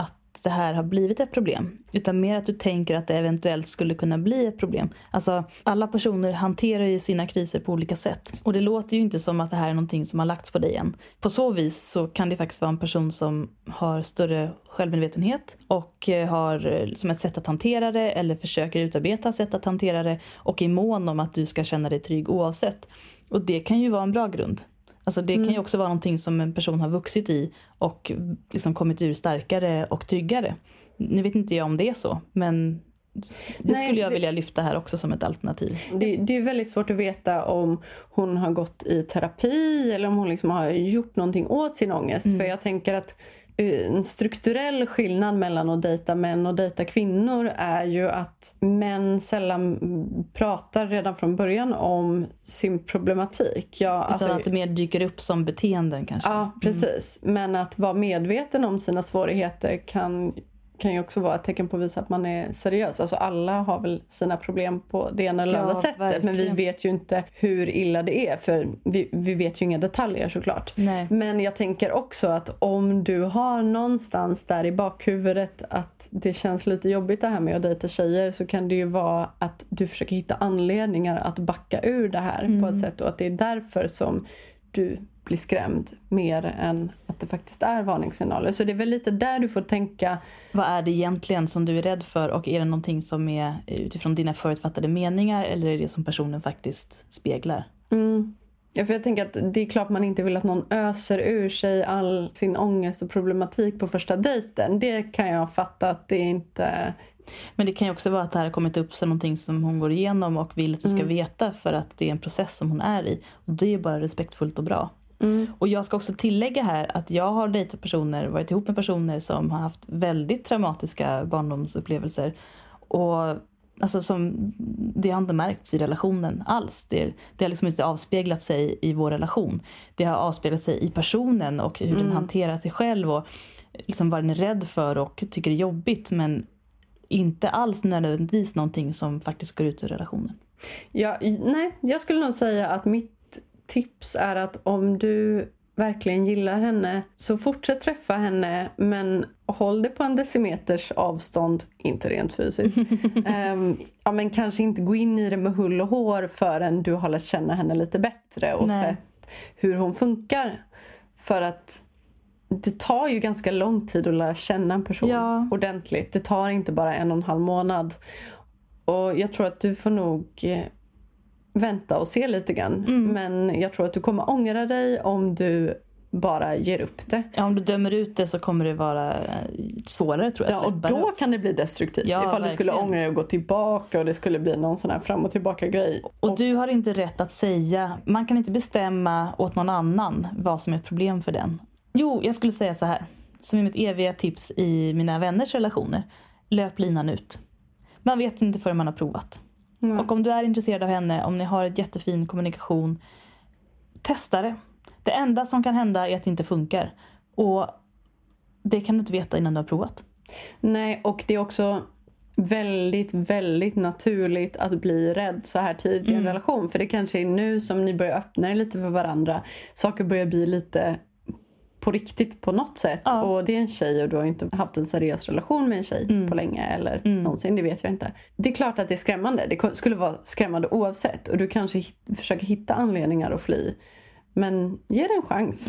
det här har blivit ett problem. Utan mer att du tänker att det eventuellt skulle kunna bli ett problem. Alltså alla personer hanterar ju sina kriser på olika sätt. Och det låter ju inte som att det här är någonting som har lagts på dig än. På så vis så kan det faktiskt vara en person som har större självmedvetenhet. Och har som ett sätt att hantera det. Eller försöker utarbeta sätt att hantera det. Och är mån om att du ska känna dig trygg oavsett. Och det kan ju vara en bra grund. Alltså det kan ju också vara någonting som en person har vuxit i och liksom kommit ur starkare och tryggare. Nu vet inte jag om det är så, men det skulle jag vilja lyfta här också som ett alternativ. Det är väldigt svårt att veta om hon har gått i terapi eller om hon liksom har gjort någonting åt sin ångest. För jag tänker att en strukturell skillnad mellan att dejta män och dejta kvinnor är ju att män sällan pratar redan från början om sin problematik. Utan att det mer dyker upp som beteenden kanske. Ja, precis. Men att vara medveten om sina svårigheter kan ju också vara ett tecken på att visa att man är seriös. Alltså alla har väl sina problem på det ena eller andra sättet. Verkligen. Men vi vet ju inte hur illa det är. För vi vet ju inga detaljer såklart. Nej. Men jag tänker också att om du har någonstans där i bakhuvudet att det känns lite jobbigt det här med att dejta tjejer, så kan det ju vara att du försöker hitta anledningar att backa ur det här på ett sätt. Och att det är därför som du blir skrämd mer än att det faktiskt är varningssignaler. Så det är väl lite där du får tänka. Vad är det egentligen som du är rädd för? Och är det någonting som är utifrån dina förutfattade meningar? Eller är det som personen faktiskt speglar? Ja, för jag tänker att det är klart man inte vill att någon öser ur sig all sin ångest och problematik på första dejten. Det kan jag fatta att det inte... Men det kan ju också vara att det här har kommit upp som någonting som hon går igenom och vill att du ska veta, för att det är en process som hon är i. Och det är bara respektfullt och bra. Och jag ska också tillägga här att jag har dejtat personer, varit ihop med personer som har haft väldigt traumatiska barndomsupplevelser. Och alltså det har inte märkts i relationen alls. Det har liksom inte avspeglat sig i vår relation. Det har avspeglat sig i personen och hur den hanterar sig själv och liksom vad den är rädd för och tycker är jobbigt, men inte alls nödvändigtvis någonting som faktiskt går ut ur relationen. Ja, nej, jag skulle nog säga att mitt tips är att om du verkligen gillar henne, så fortsätt träffa henne, men håll det på en decimeters avstånd, inte rent fysiskt. Men kanske inte gå in i det med hull och hår förrän du har lärt känna henne lite bättre och sett hur hon funkar. För att det tar ju ganska lång tid att lära känna en person ordentligt. Det tar inte bara 1,5 månad. Och jag tror att du får nog vänta och se lite grann. Men jag tror att du kommer ångra dig om du bara ger upp det. Ja, om du dömer ut det så kommer det vara svårare, tror jag. Ja, och då kan det bli destruktivt. Ifall verkligen. Du skulle ångra dig och gå tillbaka och det skulle bli någon sån här fram och tillbaka grej. Och du har inte rätt att säga, man kan inte bestämma åt någon annan vad som är ett problem för den. Jo, jag skulle säga så här, som är mitt eviga tips i mina vänners relationer. Löp linan ut. Man vet inte förrän man har provat. Och om du är intresserad av henne, om ni har ett jättefin kommunikation, testa det. Det enda som kan hända är att det inte funkar. Och det kan du inte veta innan du har provat. Nej, och det är också väldigt, väldigt naturligt att bli rädd så här tidigt i en relation. För det kanske är nu som ni börjar öppna er lite för varandra. Saker börjar bli lite på riktigt på något sätt. Ja. Och det är en tjej och du har inte haft en seriös relation med en tjej på länge eller någonsin, det vet jag inte. Det är klart att det är skrämmande. Det skulle vara skrämmande oavsett. Och du kanske försöker hitta anledningar att fly. Men ge det en chans.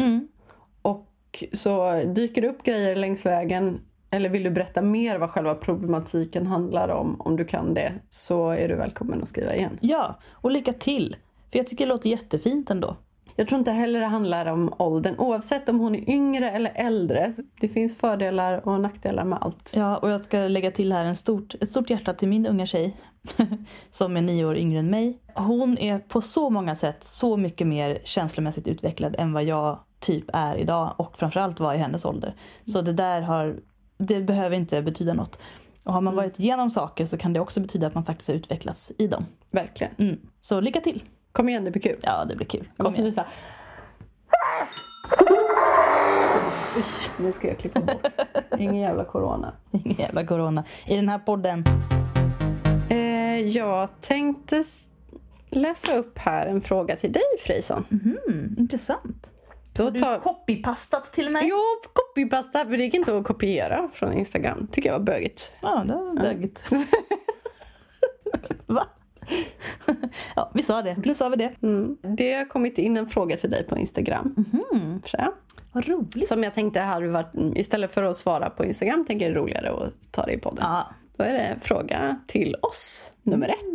Och så dyker det upp grejer längs vägen. Eller vill du berätta mer vad själva problematiken handlar om du kan det, så är du välkommen att skriva igen. Ja, och lycka till. För jag tycker det låter jättefint ändå. Jag tror inte heller det handlar om åldern. Oavsett om hon är yngre eller äldre. Det finns fördelar och nackdelar med allt. Ja, och jag ska lägga till här ett stort hjärta till min unga tjej. Som är 9 år yngre än mig. Hon är på så många sätt så mycket mer känslomässigt utvecklad än vad jag typ är idag. Och framförallt var i hennes ålder. Så det behöver inte betyda något. Och har man varit igenom saker så kan det också betyda att man faktiskt har utvecklats i dem. Verkligen. Så lycka till. Kom igen, det blir kul. Ja, det blir kul. Kom igen. Nu ska jag klippa bort. Ingen jävla corona. Ingen jävla corona. I den här podden. Jag tänkte läsa upp här en fråga till dig, Frejson. Intressant. Då Du copypastat till mig? Jo, copypasta, för det gick inte att kopiera från Instagram. Tycker jag var bögigt. Ja, det var bögigt. Va? Ja, vi sa det. Nu sa vi det. Det har kommit in en fråga till dig på Instagram. Så. Vad roligt. Som jag tänkte hade varit, istället för att svara på Instagram, tänker jag det är roligare att ta det i podden. Ja. Då är det fråga till oss, nummer 1.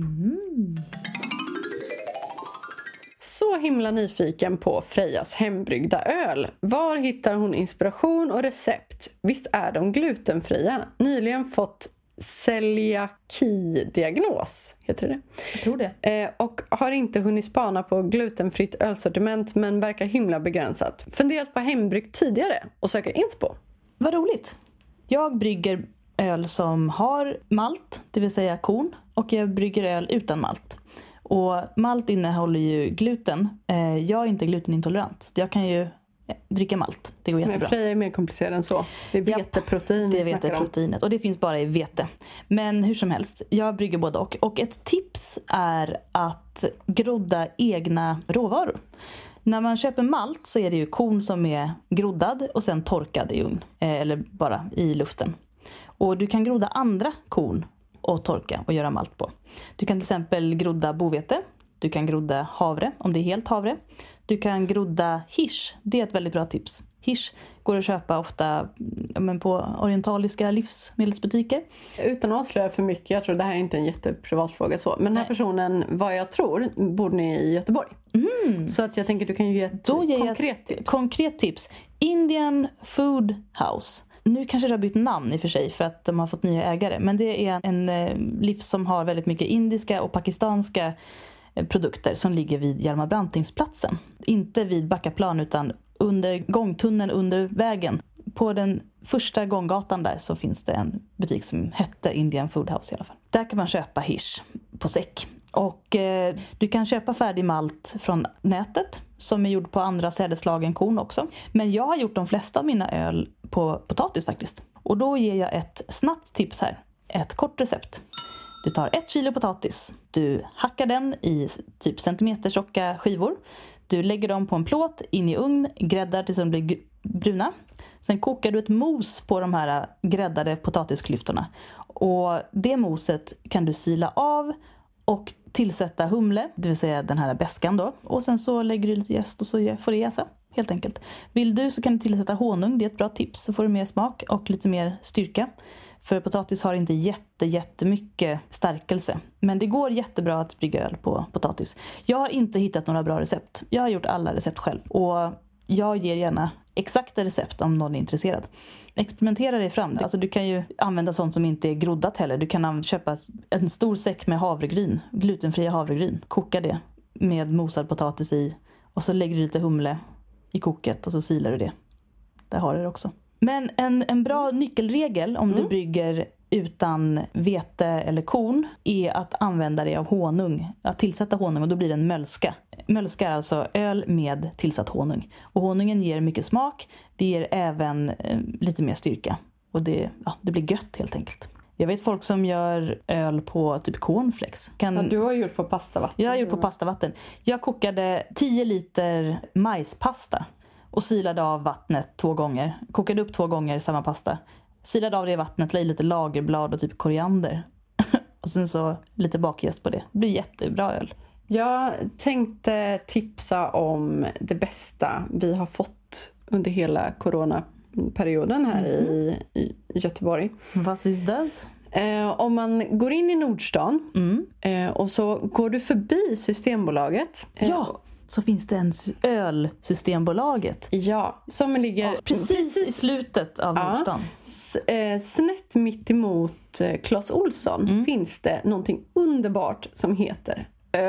Så himla nyfiken på Frejas hembryggda öl. Var hittar hon inspiration och recept? Visst är de glutenfria? Nyligen fått celiaki-diagnos, heter det. Jag tror det. Och har inte hunnit spana på glutenfritt ölsortiment, men verkar himla begränsat. Funderat på hembryggt tidigare och söker inspo. Vad roligt. Jag brygger öl som har malt, det vill säga korn. Och jag brygger öl utan malt. Och malt innehåller ju gluten. Jag är inte glutenintolerant. Jag kan ju dricka malt. Det går jättebra. Men Freja är mer komplicerad än så. Det är veteprotein. Det är veteproteinet. Och det finns bara i vete. Men hur som helst. Jag brygger både och. Och ett tips är att grodda egna råvaror. När man köper malt så är det ju korn som är groddad och sen torkad i ugn. Eller bara i luften. Och du kan grodda andra korn och torka och göra malt på. Du kan till exempel grodda bovete. Du kan grodda havre om det är helt havre. Du kan grodda hirs. Det är ett väldigt bra tips. Hirs går att köpa ofta på orientaliska livsmedelsbutiker. Utan att avslöja för mycket, jag tror det här är inte en jätteprivat fråga så. Men den här personen, vad jag tror, bor ni i Göteborg. Så att jag tänker du kan ju ge ett konkret tips. Indian Food House. Nu kanske det har bytt namn i och för sig för att de har fått nya ägare. Men det är en livs som har väldigt mycket indiska och pakistanska produkter som ligger vid Hjalmar Brantingsplatsen. Inte vid Backaplan utan under gångtunneln under vägen. På den första gånggatan där så finns det en butik som hette Indian Food House i alla fall. Där kan man köpa hirs på säck. Och du kan köpa färdig malt från nätet som är gjord på andra sädeslag än korn också. Men jag har gjort de flesta av mina öl på potatis faktiskt. Och då ger jag ett snabbt tips här. Ett kort recept. Du tar 1 kilo potatis. Du hackar den i typ centimetertjocka skivor. Du lägger dem på en plåt in i ugn, gräddar tills de blir bruna. Sen kokar du ett mos på de här gräddade potatisklyftorna. Och det moset kan du sila av och tillsätta humle, det vill säga den här beskan då. Och sen så lägger du lite jäst och så får det jäsa, helt enkelt. Vill du så kan du tillsätta honung, det är ett bra tips. Så får du mer smak och lite mer styrka. För potatis har inte jättemycket stärkelse. Men det går jättebra att brygga öl på potatis. Jag har inte hittat några bra recept. Jag har gjort alla recept själv. Och jag ger gärna exakta recept om någon är intresserad. Experimentera dig fram. Alltså du kan ju använda sånt som inte är groddat heller. Du kan köpa en stor säck med havregryn. Glutenfria havregryn. Koka det med mosad potatis i. Och så lägger du lite humle i koket och så silar du det. Där har du det också. Men en bra nyckelregel om du brygger utan vete eller korn är att använda det av honung. Att tillsätta honung och då blir det en mölska. Mölska är alltså öl med tillsatt honung. Och honungen ger mycket smak. Det ger även lite mer styrka. Och det blir gött helt enkelt. Jag vet folk som gör öl på typ cornflakes. Du har gjort på pastavatten. Jag har gjort på pastavatten. Jag kokade 10 liter majspasta. Och silade av vattnet 2 gånger. Kokade upp 2 gånger samma pasta. Silade av det i vattnet, la i lite lagerblad och typ koriander. Och sen så lite bakjäst på det. Det blir jättebra öl. Jag tänkte tipsa om det bästa vi har fått under hela coronaperioden här i Göteborg. Vad är det? Om man går in i Nordstan och så går du förbi Systembolaget. Ja! Så finns det en ölsystembolaget. Ja, som ligger precis i slutet av Nordstan. Snett mitt emot Clas Ohlson finns det någonting underbart som heter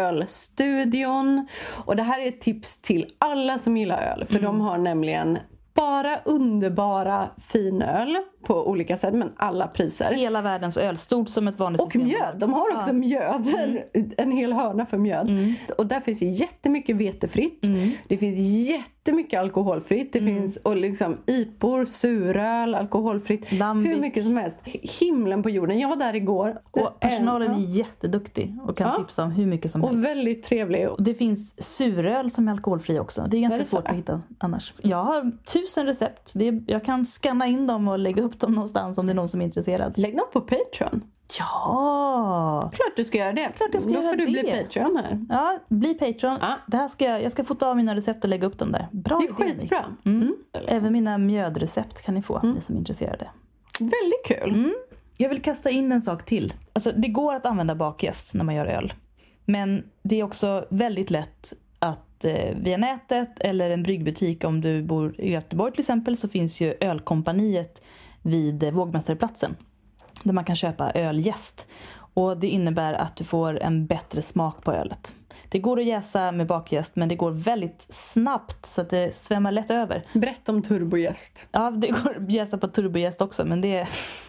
Ölstudion. Och det här är ett tips till alla som gillar öl. För de har nämligen bara underbara finöl på olika sätt, men alla priser. Hela världens öl, stort som ett vanligt Och mjöd, de har också mjöd. En hel hörna för mjöd. Och där finns ju jättemycket vetefritt. Det finns jättemycket alkoholfritt. Det finns och liksom ipor, suröl, alkoholfritt. Lambic. Hur mycket som helst. Himlen på jorden. Jag var där igår. Och personalen är jätteduktig och kan tipsa om hur mycket som helst. Och väldigt trevlig. Och det finns suröl som är alkoholfri också. Det är ganska svårt att hitta annars. Jag har 1000 recept. Jag kan scanna in dem och lägga upp dem någonstans om det är någon som är intresserad. Lägg dem på Patreon. Ja! Klart du ska göra det. Klart jag ska Då göra får du det. bli Patreon här. Ja, bli Patreon. Ja. Det här jag ska fota av mina recept och lägga upp dem där. Bra Det är idé, skitbra. Även mina mjödrecept kan ni få, ni som är intresserade. Väldigt kul. Jag vill kasta in en sak till. Alltså, det går att använda bakjäst när man gör öl. Men det är också väldigt lätt att via nätet eller en bryggbutik, om du bor i Göteborg till exempel, så finns ju ölkompaniet vid Vågmästarplatsen. Där man kan köpa öljäst. Och det innebär att du får en bättre smak på ölet. Det går att jäsa med bakjäst, men det går väldigt snabbt så att det svämmar lätt över. Berätta om turbojäst. Ja, det går att jäsa på turbojäst också, men det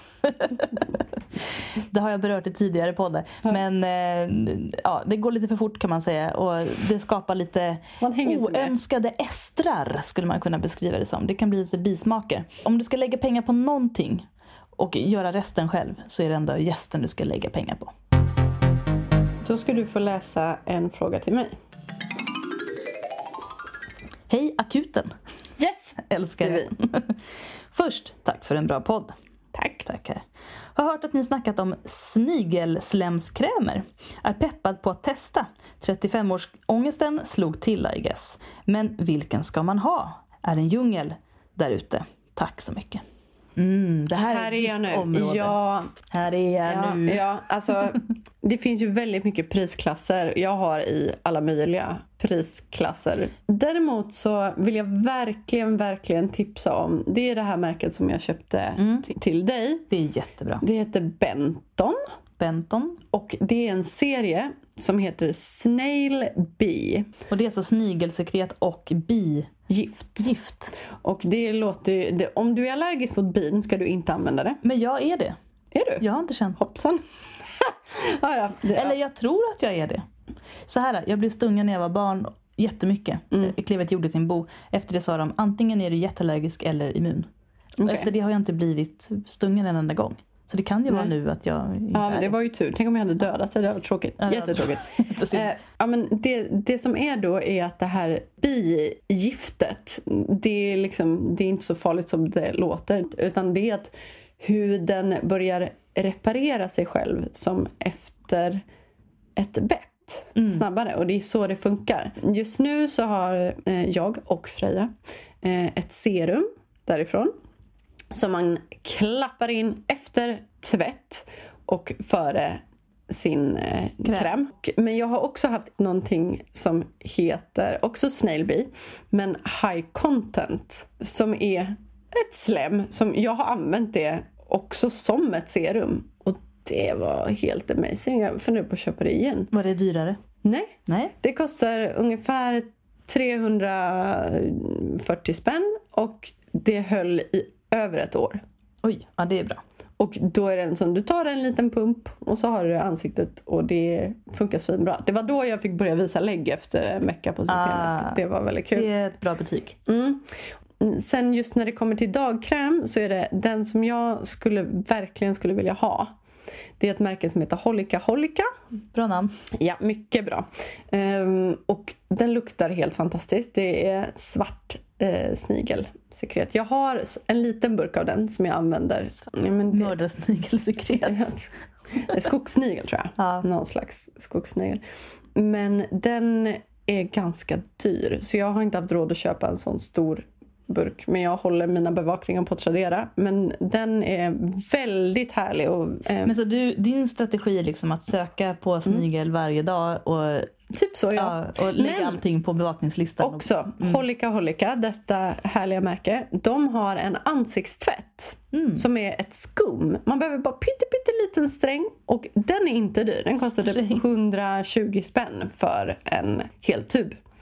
det har jag berört i tidigare poddar. Men det går lite för fort kan man säga. Och det skapar lite oönskade estrar, skulle man kunna beskriva det som. Det kan bli lite bismaker. Om du ska lägga pengar på någonting och göra resten själv, så är det ändå jästen du ska lägga pengar på. Då ska du få läsa en fråga till mig. Hej akuten. Yes! Älskar det. Först, tack för en bra podd. Tackar. Har hört att ni snackat om snigelslemskrämer. Är peppad på att testa. 35-årsångesten slog till, I guess. Men vilken ska man ha? Är en djungel där ute. Tack så mycket. Det här är jag nu. område. Ja. Här är jag nu. Ja, alltså det finns ju väldigt mycket prisklasser. Jag har i alla möjliga prisklasser. Däremot så vill jag verkligen tipsa om, det är det här märket som jag köpte till dig. Det är jättebra. Det heter Benton. Och det är en serie som heter Snail Bee. Och det är alltså snigelsekret och gift. Och det låter om du är allergisk mot bin ska du inte använda det. Men jag är det. Är du? Jag har inte känt. Hoppsan. Eller jag tror att jag är det. Så här, jag blev stungen när jag var barn jättemycket. Jag klev ett jord i sin bo. Efter det sa de, antingen är du jätteallergisk eller immun. Och efter det har jag inte blivit stungen en enda gång. Så det kan ju vara nu att jag inte men det var ju tur. Tänk om jag hade dödat det. Det var tråkigt. Jättetråkigt. Men det som är då är att det här bigiftet, det är inte så farligt som det låter. Utan det är att huden börjar reparera sig själv som efter ett bett. Snabbare. Och det är så det funkar. Just nu så har jag och Freja ett serum därifrån. Som man klappar in efter tvätt och före sin kräm. Men jag har också haft någonting som heter också Snail Bee, men High Content, som är ett slem som jag har använt det också som ett serum. Och det var helt amazing. Jag funderar på att köpa det igen. Var det dyrare? Nej. Det kostar ungefär 340 spänn och det höll i över ett år. Oj, ja det är bra. Och då är det en sån, du tar en liten pump och så har du det i ansiktet och det funkar svinbra. Det var då jag fick börja visa lägg efter en vecka på systemet. Det var väldigt kul. Det är ett bra betyg. Sen just när det kommer till dagkräm så är det den som jag verkligen skulle vilja ha. Det är ett märke som heter Holika. Bra namn. Ja, mycket bra. Och den luktar helt fantastiskt. Det är svart snigelsekret. Jag har en liten burk av den som jag använder. Mördarsnigelsekret. Skogssnigel tror jag. Ja. Någon slags skogssnigel. Men den är ganska dyr. Så jag har inte haft råd att köpa en sån stor burk. Men jag håller mina bevakningar på Tradera. Men den är väldigt härlig. Och, Men så din strategi är liksom att söka på snigel varje dag och typ så, ja. Och lägga allting på bevakningslistan. Också, Holika, detta härliga märke. De har en ansiktstvätt som är ett skum. Man behöver bara pytteliten sträng. Och den är inte dyr. Den kostar typ 120 spänn för en hel tub.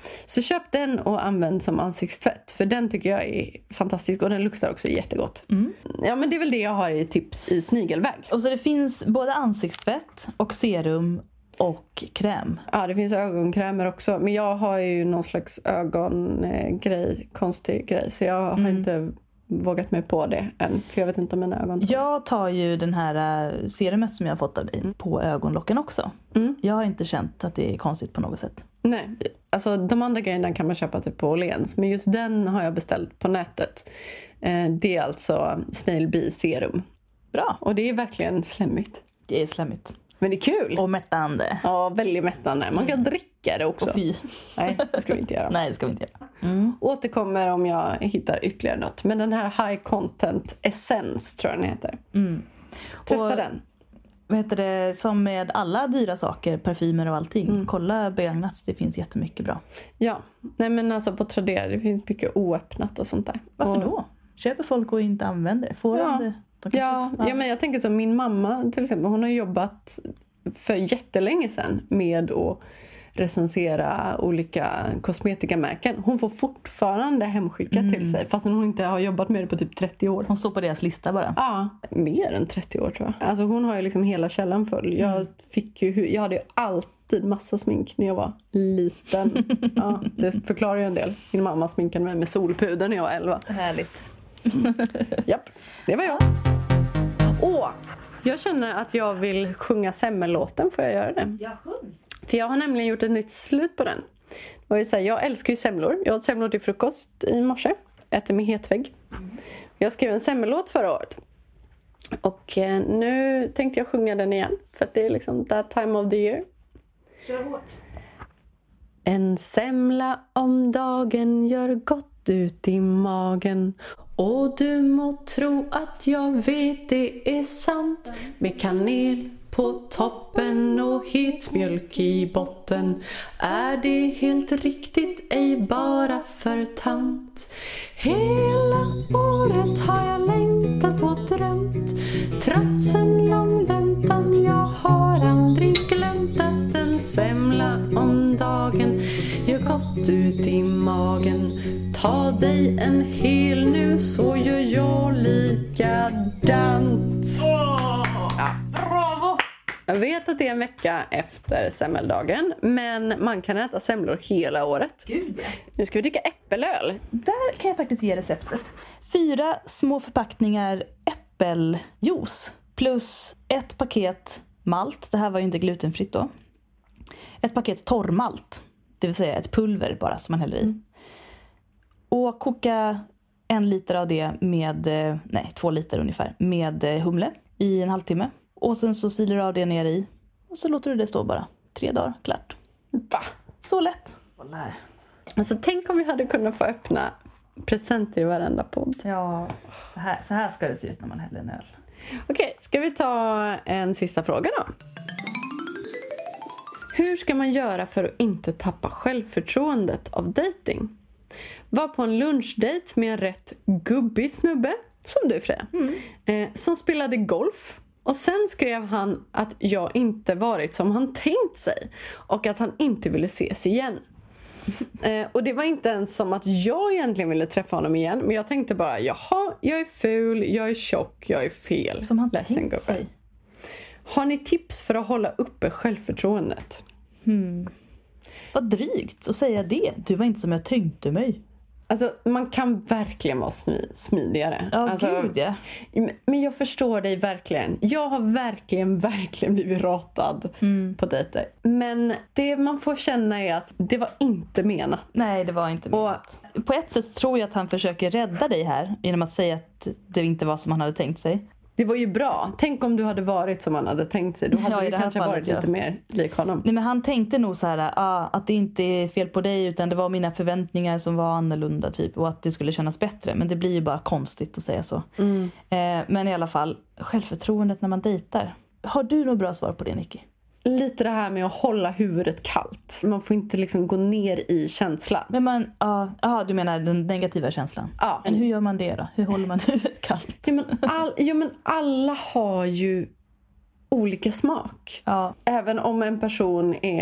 Så köp den och använd som ansiktstvätt. För den tycker jag är fantastisk och den luktar också jättegott. Ja, men det är väl det jag har i tips i snigelväg. Och så det finns både ansiktstvätt och serum och kräm. Ja, det finns ögonkrämer också. Men jag har ju någon slags ögongrej, konstig grej. Så jag har inte vågat mig på det än. För jag vet inte om mina ögon tar. Jag tar ju den här serumet som jag har fått av dig på ögonlocken också. Jag har inte känt att det är konstigt på något sätt. Nej, alltså de andra grejerna kan man köpa typ på Åhléns. Men just den har jag beställt på nätet. Det är alltså Snail Bee serum. Bra. Och det är verkligen slemmigt. Det är slemmigt. Men det är kul. Och mättande. Ja, väldigt mättande. Man kan dricka det också. Och fy. Nej, det ska vi inte göra. Nej, det ska vi inte göra. Återkommer om jag hittar ytterligare något. Men den här High Content Essence tror jag den heter. Testa Och den. Vad heter det, som med alla dyra saker, parfymer och allting. Kolla begagnat, det finns jättemycket bra. Ja, nej men alltså på Tradera det finns mycket oöppnat och sånt där. Varför då? Köper folk och inte använder det? Får de det? Ja, men jag tänker så, min mamma till exempel, hon har jobbat för jättelänge sedan med att recensera olika kosmetikamärken. Hon får fortfarande hemskicka till sig fast hon inte har jobbat med det på typ 30 år. Hon står på deras lista bara. Ja, mer än 30 år tror jag. Alltså hon har ju liksom hela källan full. Jag hade ju alltid massa smink när jag var liten. Ja, det förklarar ju en del. Min mamma sminkade mig med solpuder när jag var 11. Härligt. Japp, det var jag. Jag känner att jag vill sjunga semmellåten. Får jag göra det? Ja, sjung. För jag har nämligen gjort ett nytt slut på den. Och jag älskar ju semlor. Jag åt semlor till frukost i morse. Äter med hetvägg. Jag skrev en semmellåt förra året. Och nu tänkte jag sjunga den igen. För att det är liksom that time of the year. Kör hårt. En semla om dagen gör gott ut i magen. Och du må tro att jag vet det är sant. Med kanel på toppen och het mjölk i botten är det helt riktigt, ej bara för tant. Hela året har jag längtat och drömt, trots en lång väntan. Jag har aldrig glömt att en semla om dagen gör gott ut i magen. Ta dig en hel nu så gör jag likadant. Bravo! Jag vet att det är en vecka efter semmeldagen, men man kan äta semlor hela året. Gud. Nu ska vi dricka äppelöl. Där kan jag faktiskt ge receptet. 4 små förpackningar äppeljuice plus 1 paket malt. Det här var ju inte glutenfritt då. 1 paket torrmalt, det vill säga ett pulver bara som man häller i. Och koka 1 liter av det med, 2 liter ungefär, med humle i en halvtimme. Och sen så silar du av det ner i. Och så låter du det stå bara 3 dagar, klart. Va? Så lätt. Alltså tänk om vi hade kunnat få öppna presenter i varenda podd. Ja, så här ska det se ut när man häller en öl. Okej, ska vi ta en sista fråga då? Hur ska man göra för att inte tappa självförtroendet av dating? Var på en lunchdate med en rätt gubbig snubbe, som du Freja, som spelade golf. Och sen skrev han att jag inte varit som han tänkt sig och att han inte ville ses igen. Och det var inte ens som att jag egentligen ville träffa honom igen. Men jag tänkte bara, jaha, jag är ful, jag är tjock, jag är fel. Som han Ledsen, tänkt sig. gubbe. Har ni tips för att hålla uppe självförtroendet? Vad drygt att säga det. Du var inte som jag tänkte mig. Alltså, man kan verkligen vara smidigare. Ja, alltså, gud ja. Men jag förstår dig verkligen. Jag har verkligen blivit ratad på dejter. Men det man får känna är att det var inte menat. Nej, det var inte menat. Och på ett sätt tror jag att han försöker rädda dig här genom att säga att det inte var som han hade tänkt sig. Det var ju bra. Tänk om du hade varit som han hade tänkt sig. Då hade du kanske varit lite mer lik honom. Nej, men han tänkte nog så här att det inte är fel på dig utan det var mina förväntningar som var annorlunda typ. Och att det skulle kännas bättre. Men det blir ju bara konstigt att säga så. Men i alla fall, självförtroendet när man dejtar. Har du något bra svar på det, Nicky? Lite det här med att hålla huvudet kallt. Man får inte liksom gå ner i känslan. Men du menar den negativa känslan? Ja. Men hur gör man det då? Hur håller man huvudet kallt? Men alla har ju olika smak. Ja. Även om en person är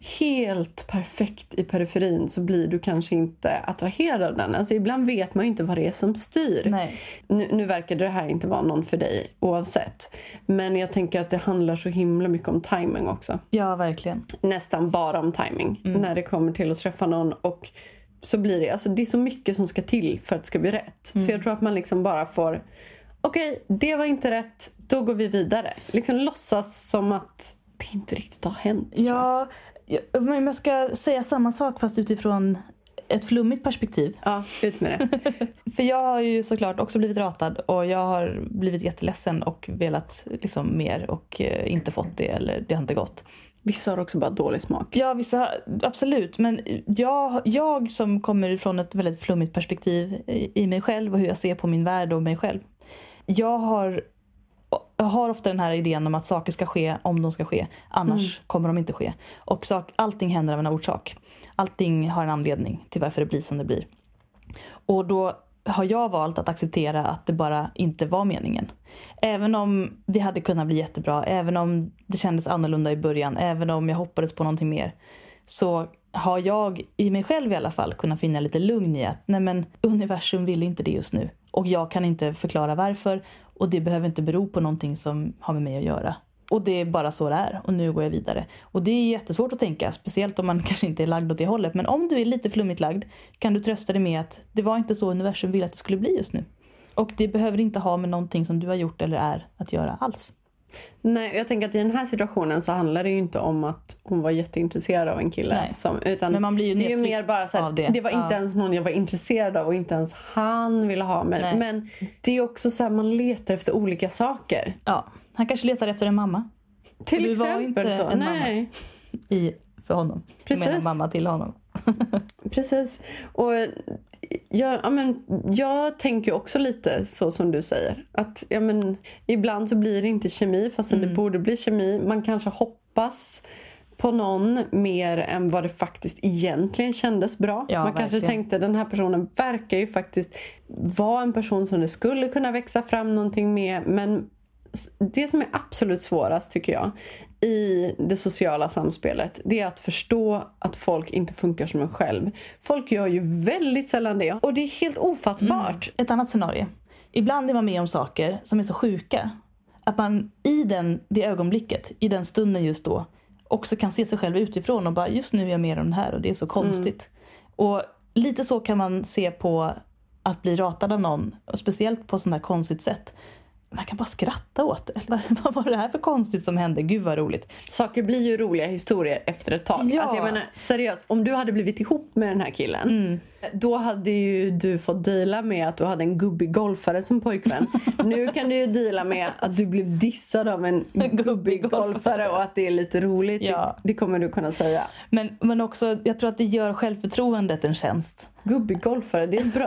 helt perfekt i periferin så blir du kanske inte attraherad av den. Alltså ibland vet man ju inte vad det är som styr. Nej. Nu verkar det här inte vara någon för dig oavsett. Men jag tänker att det handlar så himla mycket om timing också. Ja, verkligen. Nästan bara om timing när det kommer till att träffa någon. Och så blir det, alltså det är så mycket som ska till för att det ska bli rätt. Så jag tror att man liksom bara får, okej, det var inte rätt, då går vi vidare. Liksom låtsas som att det inte riktigt har hänt. Ja, men jag ska säga samma sak fast utifrån ett flummigt perspektiv. Ja, ut med det. För jag har ju såklart också blivit ratad och jag har blivit jätteledsen och velat liksom mer och inte fått det eller det har inte gått. Vissa har också bara dålig smak. Ja, vissa, absolut. Men jag som kommer ifrån ett väldigt flummigt perspektiv i mig själv och hur jag ser på min värld och mig själv. Jag har ofta den här idén om att saker ska ske om de ska ske. Annars kommer de inte ske. Och allting händer av en orsak. Allting har en anledning till varför det blir som det blir. Och då har jag valt att acceptera att det bara inte var meningen. Även om vi hade kunnat bli jättebra. Även om det kändes annorlunda i början. Även om jag hoppades på någonting mer. Så har jag i mig själv i alla fall kunnat finna lite lugn i att nej men universum vill inte det just nu. Och jag kan inte förklara varför. Och det behöver inte bero på någonting som har med mig att göra. Och det är bara så det är. Och nu går jag vidare. Och det är jättesvårt att tänka. Speciellt om man kanske inte är lagd åt det hållet. Men om du är lite flummigt lagd kan du trösta dig med att det var inte så universum vill att det skulle bli just nu. Och det behöver inte ha med någonting som du har gjort eller är att göra alls. Nej, jag tänker att i den här situationen så handlar det ju inte om att hon var jätteintresserad av en kille. Utan men man blir ju det är ju mer bara så här, det var inte ens någon jag var intresserad av och inte ens han ville ha mig. Nej. Men det är också så här, man letar efter olika saker. Ja, han kanske letar efter en mamma. Till du exempel var inte så. en Nej. mamma för honom. Precis. Jag menar mamma till honom. Precis. Och jag tänker också lite så som du säger. Att ibland så blir det inte kemi fastän det borde bli kemi. Man kanske hoppas på någon mer än vad det faktiskt egentligen kändes bra. Ja, man kanske tänkte den här personen verkar ju faktiskt vara en person som det skulle kunna växa fram någonting med. Men det som är absolut svårast tycker jag i det sociala samspelet, det är att förstå att folk inte funkar som en själv. Folk gör ju väldigt sällan det och det är helt ofattbart. Ett annat scenario. Ibland är man med om saker som är så sjuka att man i det ögonblicket, i den stunden just då också kan se sig själv utifrån och bara just nu är jag med om det här och det är så konstigt. Och lite så kan man se på att bli ratad av någon och speciellt på sånt här konstigt sätt. Man kan bara skratta åt det. Vad var det här för konstigt som hände? Gud vad roligt. Saker blir ju roliga historier efter ett tag. Ja. Alltså jag menar, seriöst, om du hade blivit ihop med den här killen då hade ju du fått deala med att du hade en gubbig golfare som pojkvän. Nu kan du ju deala med att du blev dissad av en gubbig golfare och att det är lite roligt. Ja. Det kommer du kunna säga. Men också, jag tror att det gör självförtroendet en tjänst. Gubbig golfare, det är ett bra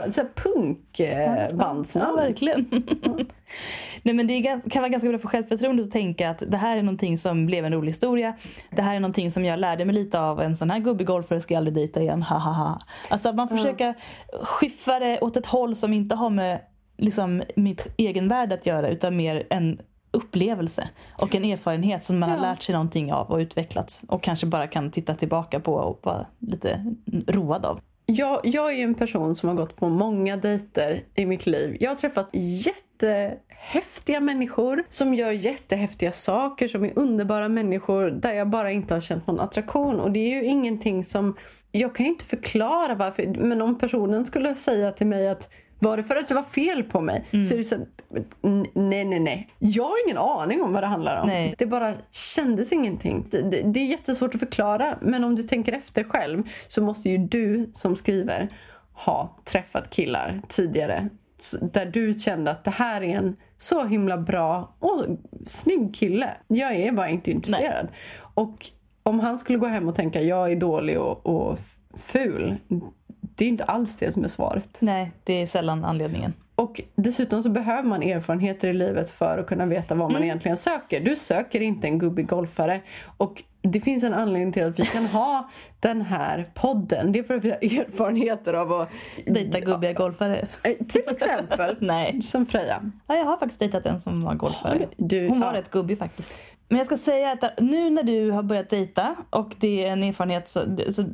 punkbandsnamn. Ja, verkligen. Nej, men det kan vara ganska bra för självförtroendet att tänka att det här är någonting som blev en rolig historia. Det här är någonting som jag lärde mig lite av. En sån här gubbig golfare ska jag aldrig dejta igen. Hahaha. Alltså att man försöker skiffa det åt ett håll som inte har med liksom, mitt egenvärde att göra utan mer en upplevelse och en erfarenhet som man har lärt sig någonting av och utvecklats och kanske bara kan titta tillbaka på och vara lite road av. Jag är ju en person som har gått på många dejter i mitt liv. Jag har träffat jättehäftiga människor som gör jättehäftiga saker, som är underbara människor där jag bara inte har känt någon attraktion. Och det är ju ingenting som, jag kan ju inte förklara varför, men om personen skulle säga till mig att var det för att det var fel på mig? Så är det så, nej. Jag har ingen aning om vad det handlar om. Nej. Det bara kändes ingenting. Det är jättesvårt att förklara. Men om du tänker efter själv så måste ju du som skriver ha träffat killar tidigare. Där du kände att det här är en så himla bra och snygg kille. Jag är bara inte intresserad. Nej. Och om han skulle gå hem och tänka jag är dålig och ful, det är inte alls det som är svaret. Nej, det är sällan anledningen. Och dessutom så behöver man erfarenheter i livet för att kunna veta vad man egentligen söker. Du söker inte en gubbig golfare och det finns en anledning till att vi kan ha den här podden. Det är för att vi har erfarenheter av att Dejta gubbiga golfare. till exempel. Nej. Som Freja. Ja, jag har faktiskt dejtat en som var golfare. Du, Hon var rätt gubbig faktiskt. Men jag ska säga att nu när du har börjat dejta och det är en erfarenhet så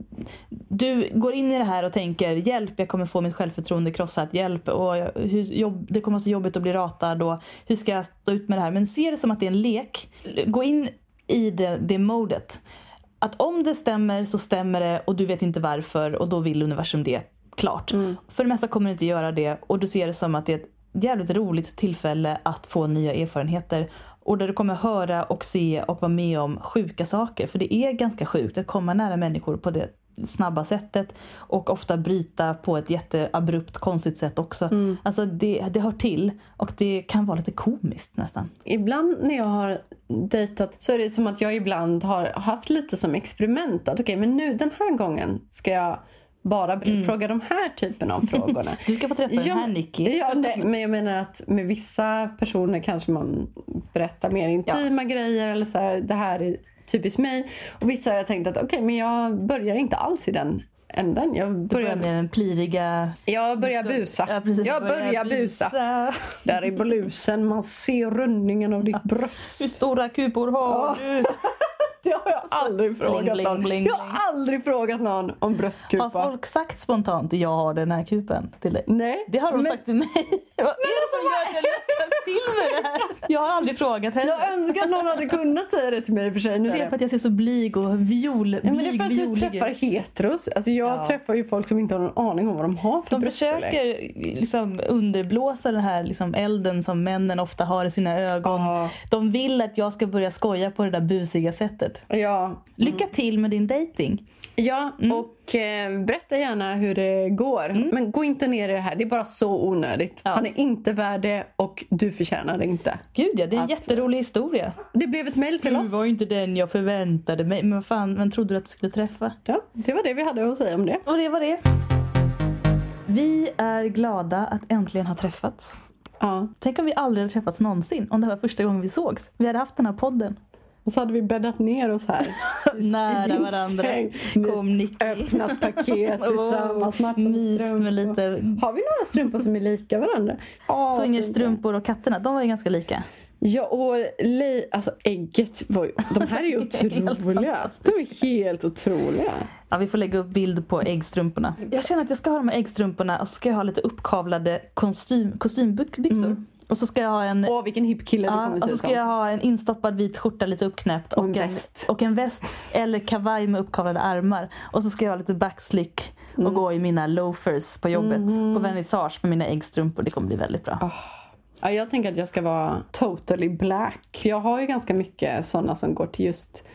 du går in i det här och tänker hjälp, jag kommer få mitt självförtroende krossat, hjälp, och det kommer vara så jobbigt att bli ratad och hur ska jag stå ut med det här? Men se det som att det är en lek. Gå in i det modet. Att om det stämmer så stämmer det och du vet inte varför och då vill universum det. Klart. För det mesta kommer det inte göra det och du ser det som att det är ett jävligt roligt tillfälle att få nya erfarenheter och där du kommer höra och se och vara med om sjuka saker. För det är ganska sjukt att komma nära människor på det snabba sättet och ofta bryta på ett jätteabrupt konstigt sätt också. Alltså det hör till och det kan vara lite komiskt nästan. Ibland när jag har dejtat så är det som att jag ibland har haft lite som experiment att okej, men nu den här gången ska jag bara fråga de här typen av frågorna. Du ska få träffa den här Nicky. Ja, men jag menar att med vissa personer kanske man berättar mer intima grejer eller så här, det här är typiskt mig. Och vissa har jag tänkt att okej, men jag börjar inte alls i den änden. Jag börjar med den pliriga... Jag börjar busa. Ja, precis, jag börjar busa. Där i blusen man ser rundningen av ditt bröst. Hur stora kupor har du? Det har jag aldrig frågat bling, någon. bling, Jag har aldrig frågat någon om bröstkupa. Har folk sagt spontant jag har den här kupen till dig? Nej. Det har de sagt till mig. Vad är det som gör att jag lättar till med det här? Jag har aldrig frågat heller. Jag önskar att någon hade kunnat säga det till mig för sig. Nu det är för att jag ser så blyg och men det är för att du träffar heteros. Alltså jag träffar ju folk som inte har någon aning om vad de har för bröststorlek. De försöker liksom underblåsa den här liksom elden som männen ofta har i sina ögon. De vill att jag ska börja skoja på det där busiga sättet. Ja. Lycka till med din dating. Ja, och berätta gärna hur det går. Men gå inte ner i det här. Det är bara så onödigt. Ja. Han är inte värd det och du förtjänar det inte. Gud ja, det är en jätterolig historia. Det blev ett mejl till oss. Du var inte den jag förväntade mig. Men vad fan, vem trodde du att du skulle träffa? Ja, det var det vi hade att säga om det. Och det var det. Vi är glada att äntligen ha träffats. Ja. Tänk om vi aldrig hade träffats någonsin. Om det var första gången vi sågs. Vi hade haft den här podden. Och så hade vi bäddat ner oss här. Nära varandra. Kom Nicky. Öppnat paket tillsammans. Myst med lite... Har vi några strumpor som är lika varandra? Swingers strumpor och katterna, de var ju ganska lika. Ja, och alltså ägget var ju... De här är ju otroliga. De är helt otroliga. Ja, vi får lägga upp bild på äggstrumporna. Jag känner att jag ska ha de här äggstrumporna och så ska jag ha lite uppkavlade kostymbyxor. Och så ska jag ha en... vilken hipp kille du kommer och så ska jag ha en instoppad vit skjorta lite uppknäppt. Och en väst eller kavaj med uppkavlade armar. Och så ska jag ha lite backslick och gå i mina loafers på jobbet. På vernissage med mina äggstrumpor. Det kommer bli väldigt bra. Ja, jag tänker att jag ska vara totally black. Jag har ju ganska mycket sådana som går till just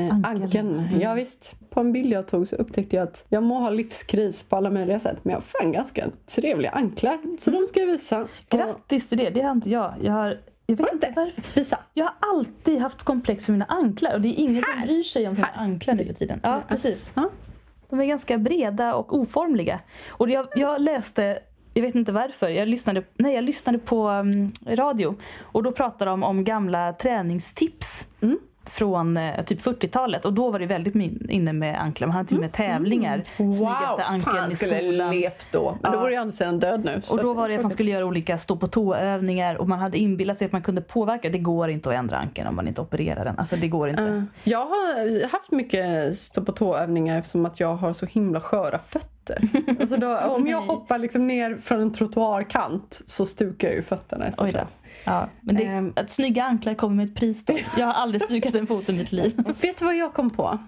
ankeln. Ja visst. På en bild jag tog så upptäckte jag att jag må ha livskris på alla möjliga sätt. Men jag har fan ganska trevliga anklar. Så de ska jag visa. Grattis till det. Det har inte jag. Jag vet inte varför. Visa. Jag har alltid haft komplex för mina anklar. Och det är ingen som bryr sig om sina anklar nu för tiden. Ja, precis. De är ganska breda och oformliga. Och jag läste... Jag vet inte varför. Jag lyssnade på radio. Och då pratade de om gamla träningstips. Från typ 40-talet. Och då var det väldigt inne med anklar. Man hade till och med tävlingar. Snyggaste ankeln i skolan. Levt då. Men då var det ju annars sedan död nu. Och då var det att man skulle göra olika stå på tåövningar. Och man hade inbillat sig att man kunde påverka. Det går inte att ändra ankeln om man inte opererar den. Alltså det går inte. Jag har haft mycket stå på tåövningar eftersom att jag har så himla sköra fötter. Alltså då, om jag hoppar liksom ner från en trottoarkant så stukar jag ju fötterna istället. Ja, men att snygga anklar kommer med ett pris då. Jag har aldrig stukat en fot i mitt liv. Vet du vad jag kom på?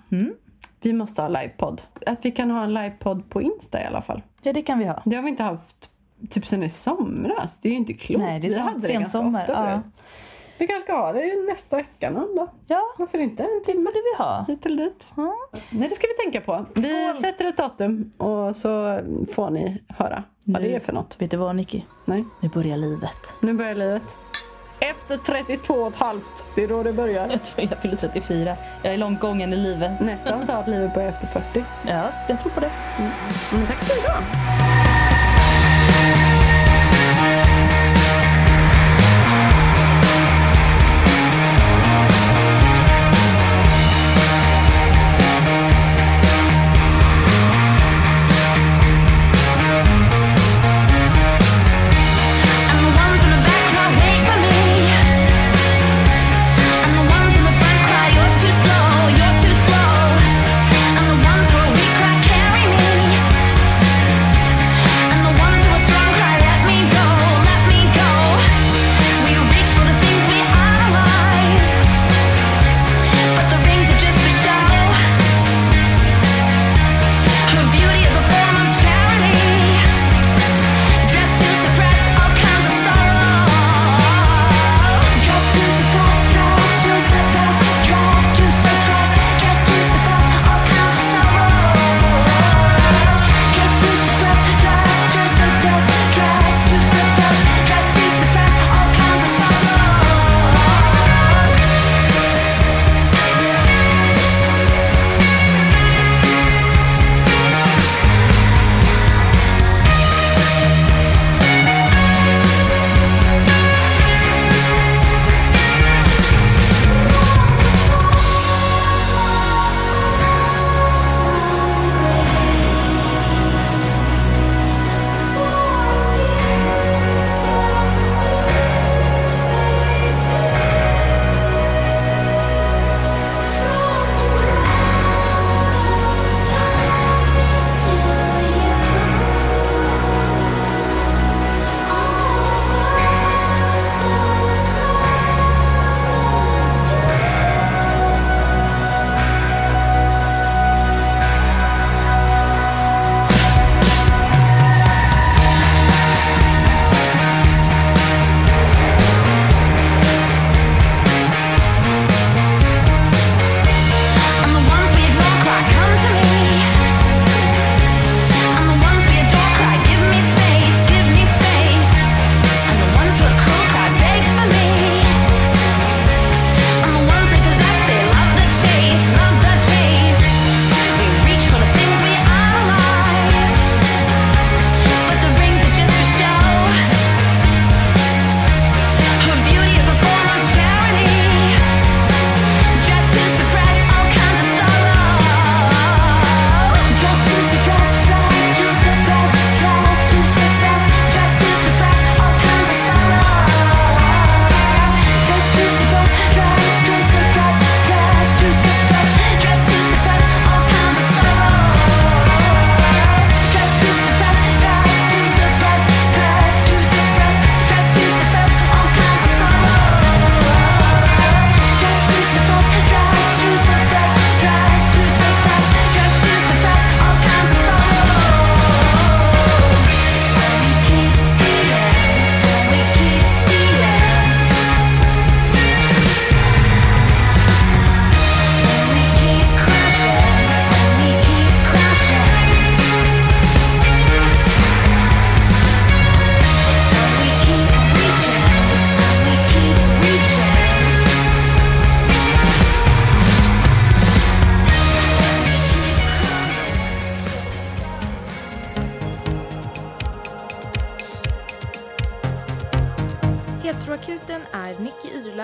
Vi måste ha livepodd. Att vi kan ha en livepodd på Insta i alla fall. Ja, det kan vi ha. Det har vi inte haft typ sen i somras. Det är ju inte klokt. Nej, det är sensommar. Ja. Vi kanske ska ha det nästa vecka någon då. Ja. Varför inte? Det borde vi ha. Hit eller dit. Ja. Nej, det ska vi tänka på. Vi sätter ett datum och så får ni höra vad det är för något. Vet du vad, Nicky? Nej. Nu börjar livet. Nu börjar livet. Efter 32,5. Det är då det börjar. Jag tror jag fyller 34. Jag är långt gången i livet. Nettan sa att livet börjar efter 40. Ja, jag tror på det. Men tack för idag.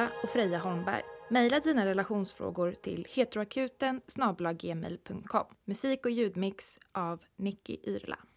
Yrla och Freja Holmberg. Maila dina relationsfrågor till heteroakuten@gmail.com. Musik och ljudmix av Nicky Yrla.